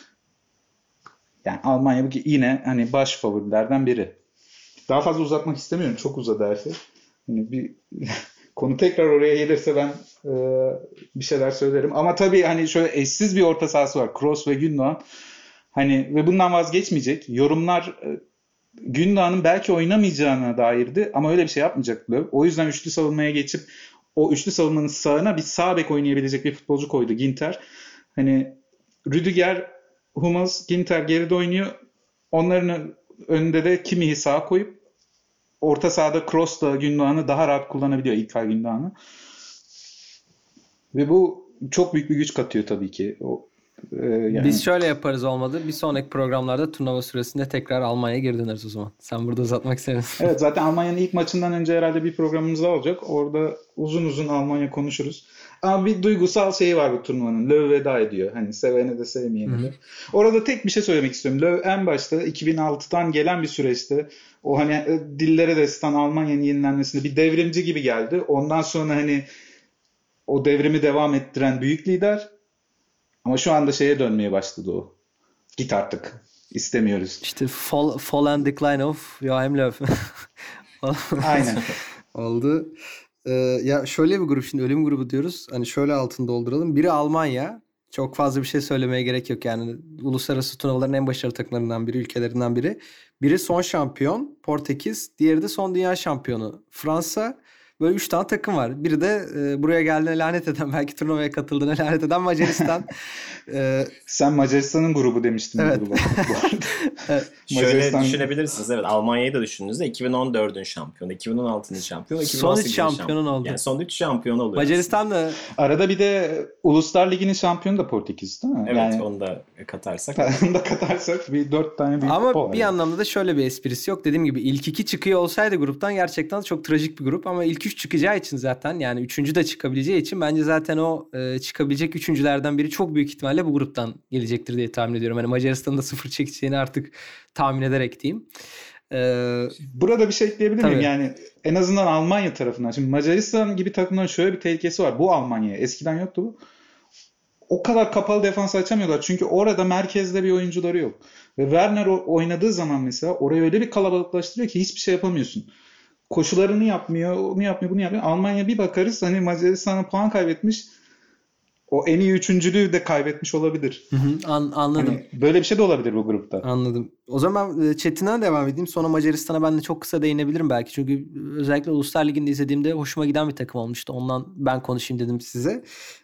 Yani Almanya yine hani baş favorilerden biri. Daha fazla uzatmak istemiyorum. Çok uzadı her şey. Yani bir konu tekrar oraya gelirse ben bir şeyler söylerim. Ama tabii hani şöyle eşsiz bir orta sahası var. Kroos ve Gündoğan. Hani ve bundan vazgeçmeyecek. Yorumlar Gündoğan'ın belki oynamayacağına dairdi ama öyle bir şey yapmayacak Löw. O yüzden üçlü savunmaya geçip o üçlü savunmanın sağına bir sağ bek oynayabilecek bir futbolcu koydu Ginter. Hani Rüdiger, Hummels, Ginter geride oynuyor. Onların önünde de Kimmich'i sağa koyup orta sahada Kroos'la Gündoğan'ı daha rahat kullanabiliyor İlkay Gündoğan'ı. Ve bu çok büyük bir güç katıyor tabii ki. Yani... Biz şöyle yaparız olmadı. Bir sonraki programlarda turnuva süresinde tekrar Almanya'ya geri döneriz o zaman. Sen burada uzatmak istemiyorsun. Evet, zaten Almanya'nın ilk maçından önce herhalde bir programımız daha olacak. Orada uzun uzun Almanya konuşuruz. Ama bir duygusal şeyi var bu turnuvanın. Löw veda ediyor. Hani sevene de sevmeyene de. Orada tek bir şey söylemek istiyorum. Löw en başta 2006'dan gelen bir süreçte o hani dillere destan Almanya'nın yenilenmesinde bir devrimci gibi geldi. Ondan sonra hani o devrimi devam ettiren büyük lider. Ama şu anda şeye dönmeye başladı o. Git artık. İstemiyoruz. İşte fall and decline of Joachim Löw. Aynen. Oldu. Ya şöyle bir grup, şimdi ölüm grubu diyoruz. Hani şöyle altını dolduralım. Biri Almanya. Çok fazla bir şey söylemeye gerek yok yani. Uluslararası turnuvaların en başarılı takımlarından biri, ülkelerinden biri. Biri son şampiyon Portekiz. Diğeri de son dünya şampiyonu Fransa. Böyle 3 tane takım var. Biri de buraya geldiğine lanet eden, belki turnuvaya katıldığına lanet eden Macaristan. Sen Macaristan'ın grubu demiştin. Evet. Bu arada. Şöyle düşünebilirsiniz. Evet, Almanya'yı da düşündüğünüzde 2014'ün şampiyonu, 2016'nın şampiyonu, 2018'in son 3 şampiyon oldu. Yani son 3 şampiyon oluyor. Macaristan da... Arada bir de Uluslar Ligi'nin şampiyonu da Portekiz değil mi? Evet, yani... onu da katarsak. Onu da katarsak bir 4 tane büyük ama kupa var. Bir anlamda da şöyle bir esprisi yok. Dediğim gibi ilk 2 çıkıyor olsaydı gruptan gerçekten çok trajik bir grup. Ama ilk 3 çıkacağı için zaten, yani 3. de çıkabileceği için bence zaten o çıkabilecek 3.'lerden biri çok büyük ihtimalle bu gruptan gelecektir diye tahmin ediyorum. Hani Macaristan'ın da 0 çekeceğini artık tahmin ederek diyeyim. Burada bir şey ekleyebilir miyim? Yani en azından Almanya tarafından. Şimdi Macaristan gibi takımların şöyle bir tehlikesi var. Bu Almanya'ya. Eskiden yoktu bu. O kadar kapalı defans açamıyorlar. Çünkü orada merkezde bir oyuncuları yok. Ve Werner oynadığı zaman mesela orayı öyle bir kalabalıklaştırıyor ki hiçbir şey yapamıyorsun. Koşularını yapmıyor, onu yapmıyor, bunu yapmıyor. Almanya bir bakarız hani Macaristan'a puan kaybetmiş. O en iyi üçüncülüğü de kaybetmiş olabilir. Anladım. Hani böyle bir şey de olabilir bu grupta. Anladım. O zaman Çetin'den devam edeyim. Sonra Macaristan'a ben de çok kısa değinebilirim belki. Çünkü özellikle Uluslar Ligi'nde izlediğimde hoşuma giden bir takım olmuştu. Ondan ben konuşayım dedim size.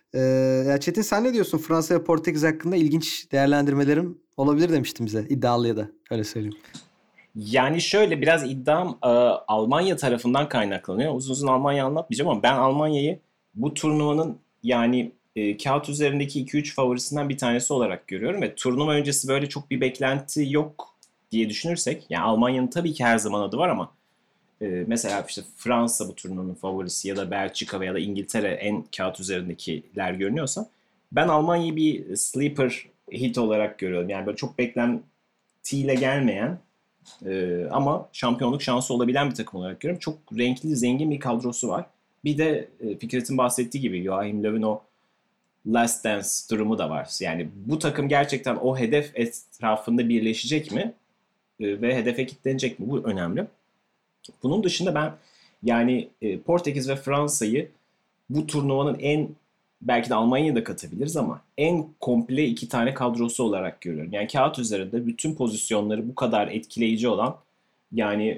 Ya Çetin, sen ne diyorsun? Fransa ve Portekiz hakkında ilginç değerlendirmelerim olabilir demiştim bize. İddialı ya da öyle söyleyeyim. Yani şöyle, biraz iddiam Almanya tarafından kaynaklanıyor. Uzun uzun Almanya anlatmayacağım ama ben Almanya'yı bu turnuvanın yani kağıt üzerindeki 2-3 favorisinden bir tanesi olarak görüyorum ve turnuva öncesi böyle çok bir beklenti yok diye düşünürsek, yani Almanya'nın tabii ki her zaman adı var ama mesela işte Fransa bu turnuvanın favorisi ya da Belçika veya da İngiltere en kağıt üzerindekiler görünüyorsa, ben Almanya'yı bir sleeper hit olarak görüyorum. Yani böyle çok beklentiyle gelmeyen Ama şampiyonluk şansı olabilen bir takım olarak görüyorum. Çok renkli, zengin bir kadrosu var. Bir de Fikret'in bahsettiği gibi Joachim Löw'ün o Last Dance durumu da var. Yani bu takım gerçekten o hedef etrafında birleşecek mi? Ve hedefe kilitlenecek mi? Bu önemli. Bunun dışında ben yani Portekiz ve Fransa'yı bu turnuvanın belki de Almanya'yı da katabiliriz ama en komple iki tane kadrosu olarak görüyorum. Yani kağıt üzerinde bütün pozisyonları bu kadar etkileyici olan yani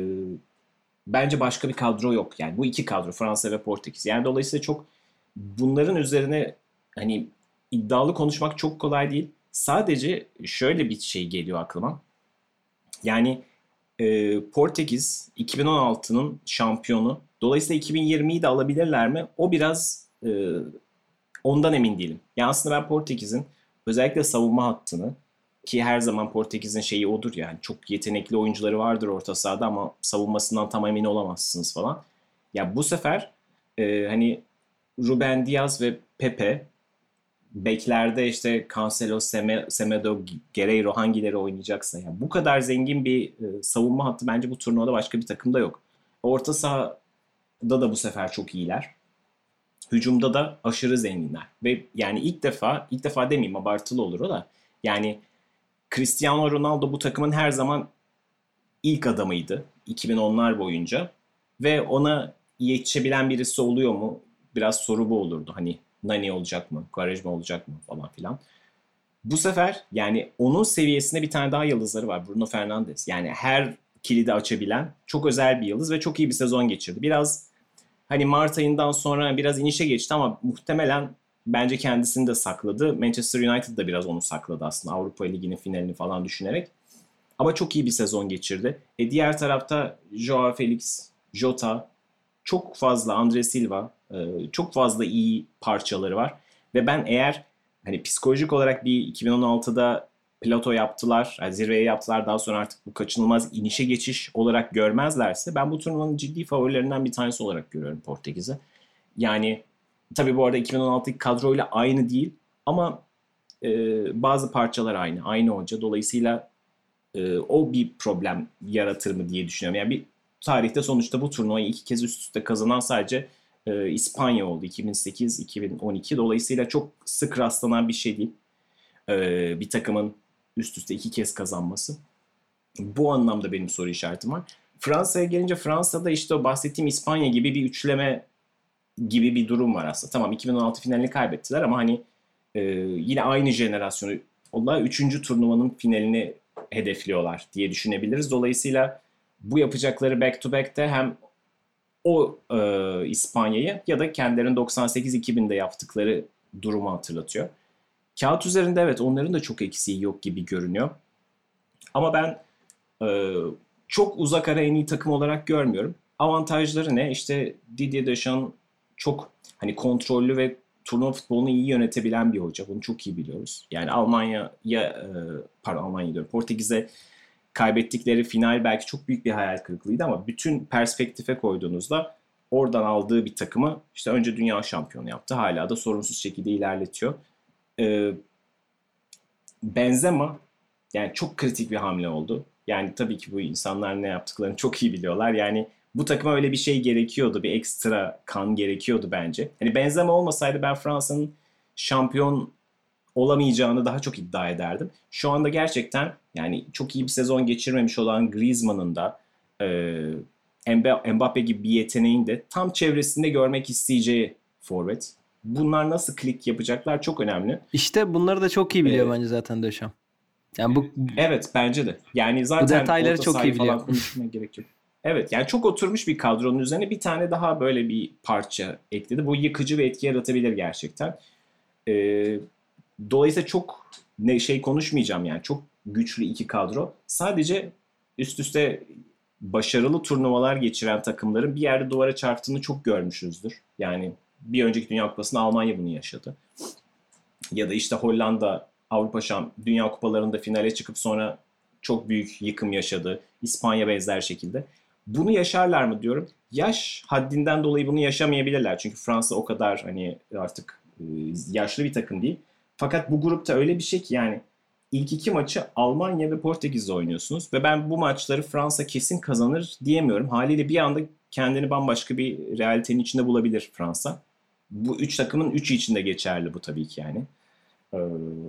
bence başka bir kadro yok. Yani bu iki kadro Fransa ve Portekiz. Yani dolayısıyla çok bunların üzerine hani iddialı konuşmak çok kolay değil. Sadece şöyle bir şey geliyor aklıma. Yani Portekiz 2016'nın şampiyonu. Dolayısıyla 2020'yi de alabilirler mi? O biraz ondan emin değilim. Yani aslında ben Portekiz'in özellikle savunma hattını ki her zaman Portekiz'in şeyi odur yani çok yetenekli oyuncuları vardır orta sahada ama savunmasından tam emin olamazsınız falan. Ya bu sefer hani Ruben Diaz ve Pepe beklerde işte Cancelo, Semedo, Guerreiro hangileri oynayacaksa yani bu kadar zengin bir savunma hattı bence bu turnuvada başka bir takımda yok. Orta sahada da bu sefer çok iyiler. Hücumda da aşırı zenginler. Ve yani ilk defa demeyeyim abartılı olur o da. Yani Cristiano Ronaldo bu takımın her zaman ilk adamıydı 2010'lar boyunca. Ve ona yetişebilen birisi oluyor mu? Biraz soru bu olurdu. Hani Nani olacak mı? Quaresma olacak mı? Falan filan. Bu sefer yani onun seviyesinde bir tane daha yıldızları var. Bruno Fernandes. Yani her kilidi açabilen çok özel bir yıldız ve çok iyi bir sezon geçirdi. Biraz hani Mart ayından sonra biraz inişe geçti ama muhtemelen bence kendisini de sakladı. Manchester United da biraz onu sakladı aslında Avrupa Ligi'nin finalini falan düşünerek. Ama çok iyi bir sezon geçirdi. Diğer tarafta Joao Felix, Jota, çok fazla Andre Silva, çok fazla iyi parçaları var. Ve ben eğer hani psikolojik olarak bir 2016'da plato yaptılar, yani zirveye yaptılar daha sonra artık bu kaçınılmaz inişe geçiş olarak görmezlerse ben bu turnuvanın ciddi favorilerinden bir tanesi olarak görüyorum Portekiz'i. Yani tabii bu arada 2016'daki kadroyla aynı değil ama bazı parçalar aynı. Aynı hoca. Dolayısıyla o bir problem yaratır mı diye düşünüyorum. Yani bir tarihte sonuçta bu turnuvayı iki kez üst üste kazanan sadece İspanya oldu 2008-2012. Dolayısıyla çok sık rastlanan bir şey değil. Bir takımın üst üste iki kez kazanması. Bu anlamda benim soru işaretim var. Fransa'ya gelince Fransa'da işte o bahsettiğim İspanya gibi bir üçleme gibi bir durum var aslında. Tamam 2016 finalini kaybettiler ama hani yine aynı jenerasyonu onlar 3. turnuvanın finalini hedefliyorlar diye düşünebiliriz. Dolayısıyla bu yapacakları back to back'te hem o İspanya'yı ya da kendilerinin 98-2000'de yaptıkları durumu hatırlatıyor. Kağıt üzerinde evet onların da çok eksiği yok gibi görünüyor. Ama ben e, çok uzak ara en iyi takım olarak görmüyorum. Avantajları ne? İşte Didier Deschamps çok hani kontrollü ve turnuva futbolunu iyi yönetebilen bir hoca. Bunu çok iyi biliyoruz. Yani Almanya diyorum. Portekiz'e kaybettikleri final belki çok büyük bir hayal kırıklığıydı ama bütün perspektife koyduğunuzda oradan aldığı bir takımı işte önce dünya şampiyonu yaptı. Hala da sorunsuz şekilde ilerletiyor. Ee, Benzema yani çok kritik bir hamle oldu. Yani tabii ki bu insanlar ne yaptıklarını çok iyi biliyorlar. Yani bu takıma öyle bir şey gerekiyordu. Bir ekstra kan gerekiyordu bence. Hani Benzema olmasaydı ben Fransa'nın şampiyon olamayacağını daha çok iddia ederdim. Şu anda gerçekten yani çok iyi bir sezon geçirmemiş olan Griezmann'ın da Mbappe gibi bir yeteneğin de tam çevresinde görmek isteyeceği forvet. Bunlar nasıl klik yapacaklar çok önemli. İşte bunları da çok iyi biliyor Ee, bence zaten Döşem. Yani bu Evet bence de. Yani zaten detayları orta çok sahayı iyi biliyor. falan konuşmaya gerek yok. Evet yani çok oturmuş bir kadronun üzerine bir tane daha böyle bir parça ekledi. Bu yıkıcı bir etki yaratabilir gerçekten. Ee, Dolayısıyla çok şey konuşmayacağım yani. Çok güçlü iki kadro. Sadece üst üste başarılı turnuvalar geçiren takımların bir yerde duvara çarptığını çok görmüşüzdür. Yani bir önceki Dünya Kupası'nda Almanya bunu yaşadı. Ya da işte Hollanda Dünya Kupalarında finale çıkıp sonra çok büyük yıkım yaşadı. İspanya benzer şekilde. Bunu yaşarlar mı diyorum. Yaş haddinden dolayı bunu yaşamayabilirler. Çünkü Fransa o kadar hani artık yaşlı bir takım değil. Fakat bu grupta öyle bir şey ki yani ilk iki maçı Almanya ve Portekiz'le oynuyorsunuz. Ve ben bu maçları Fransa kesin kazanır diyemiyorum. Haliyle bir anda kendini bambaşka bir realitenin içinde bulabilir Fransa. Bu üç takımın üçü için de geçerli bu tabii ki yani. Ee,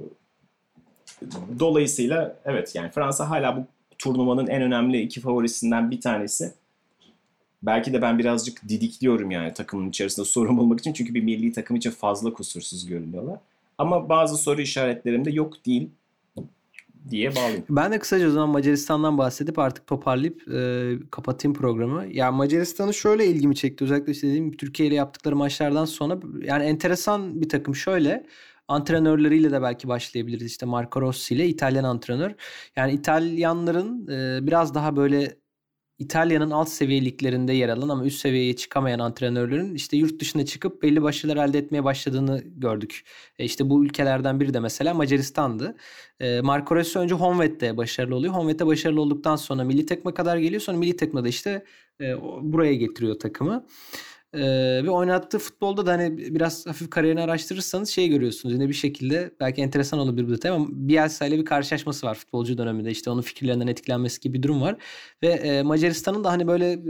Dolayısıyla evet yani Fransa hala bu turnuvanın en önemli iki favorisinden bir tanesi. Belki de ben birazcık didikliyorum yani takımın içerisinde sorun bulmak için. Çünkü bir milli takım için fazla kusursuz görünüyorlar. Ama bazı soru işaretlerim de yok değil diye bağlayayım. Ben de kısaca o zaman Macaristan'dan bahsedip artık toparlayıp kapatayım programı. Ya Macaristan'ı şöyle ilgimi çekti. Özellikle işte dediğim gibi Türkiye ile yaptıkları maçlardan sonra yani enteresan bir takım şöyle. Antrenörleriyle de belki başlayabiliriz. İşte Marco Rossi ile İtalyan antrenör. Yani İtalyanların biraz daha böyle İtalya'nın alt seviye liglerinde yer alan ama üst seviyeye çıkamayan antrenörlerin işte yurt dışına çıkıp belli başarılar elde etmeye başladığını gördük. İşte bu ülkelerden biri de mesela Macaristan'dı. Marco Rossi önce Honved'de başarılı oluyor. Honved'de başarılı olduktan sonra milli takıma kadar geliyor. Sonra milli takımda da işte buraya getiriyor takımı. Ve oynattığı futbolda da hani biraz hafif kariyerini araştırırsanız şey görüyorsunuz. Yine bir şekilde belki enteresan olabilir bu detay ama Bielsa ile bir karşılaşması var futbolcu döneminde. İşte onun fikirlerinden etkilenmesi gibi bir durum var. Ve Macaristan'ın da hani böyle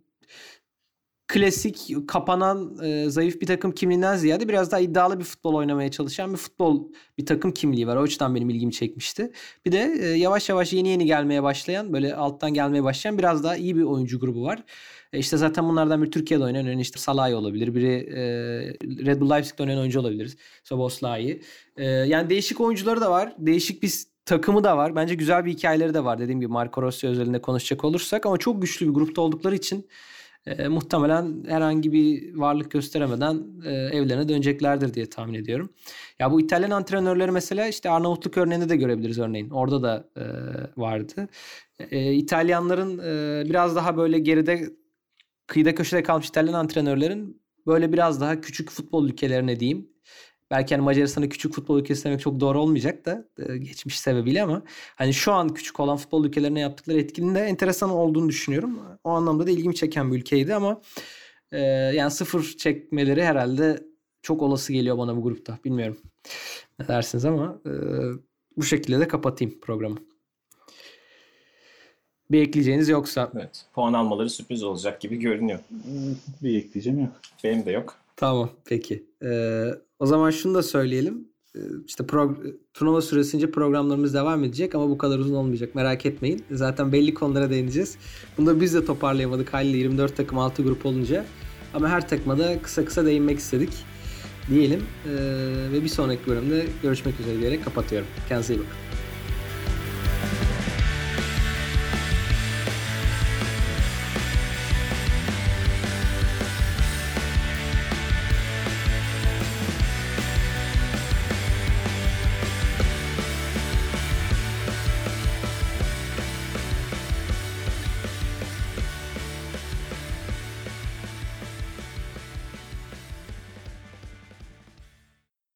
klasik kapanan zayıf bir takım kimliğinden ziyade biraz daha iddialı bir futbol oynamaya çalışan bir takım kimliği var. O açıdan benim ilgimi çekmişti. Bir de yavaş yavaş yeni gelmeye başlayan böyle alttan gelmeye başlayan biraz daha iyi bir oyuncu grubu var. İşte zaten bunlardan biri Türkiye'de oynayan örneğin işte Salah'ı olabilir. Biri Red Bull Leipzig'te oynayan oyuncu olabilir. Szoboszlai. Yani değişik oyuncuları da var. Değişik bir takımı da var. Bence güzel bir hikayeleri de var. Dediğim gibi Marco Rossi özelinde konuşacak olursak ama çok güçlü bir grupta oldukları için muhtemelen herhangi bir varlık gösteremeden evlerine döneceklerdir diye tahmin ediyorum. Ya bu İtalyan antrenörleri mesela işte Arnavutluk örneğinde de görebiliriz örneğin. Orada da vardı. İtalyanların biraz daha böyle geride kıyıda köşede kalmış İtalyan antrenörlerin böyle biraz daha küçük futbol ülkelerine diyeyim. Belki hani Macaristan'ı küçük futbol ülkesi demek çok doğru olmayacak da geçmiş sebebiyle ama hani şu an küçük olan futbol ülkelerine yaptıkları etkinin de enteresan olduğunu düşünüyorum. O anlamda da ilgimi çeken bir ülkeydi ama yani sıfır çekmeleri herhalde çok olası geliyor bana bu grupta. Bilmiyorum ne dersiniz ama bu şekilde de kapatayım programı. Bir ekleyeceğiniz yoksa. Evet. Puan almaları sürpriz olacak gibi görünüyor. Bir ekleyeceğim yok. Benim de yok. Tamam peki. O zaman şunu da söyleyelim. İşte turnuva süresince programlarımız devam edecek ama bu kadar uzun olmayacak. Merak etmeyin. Zaten belli konulara değineceğiz. Bunu da biz de toparlayamadık haliyle 24 takım 6 grup olunca. Ama her takıma da kısa değinmek istedik diyelim. Ve bir sonraki bölümde görüşmek üzere diyerek kapatıyorum. Kendinize iyi bakın.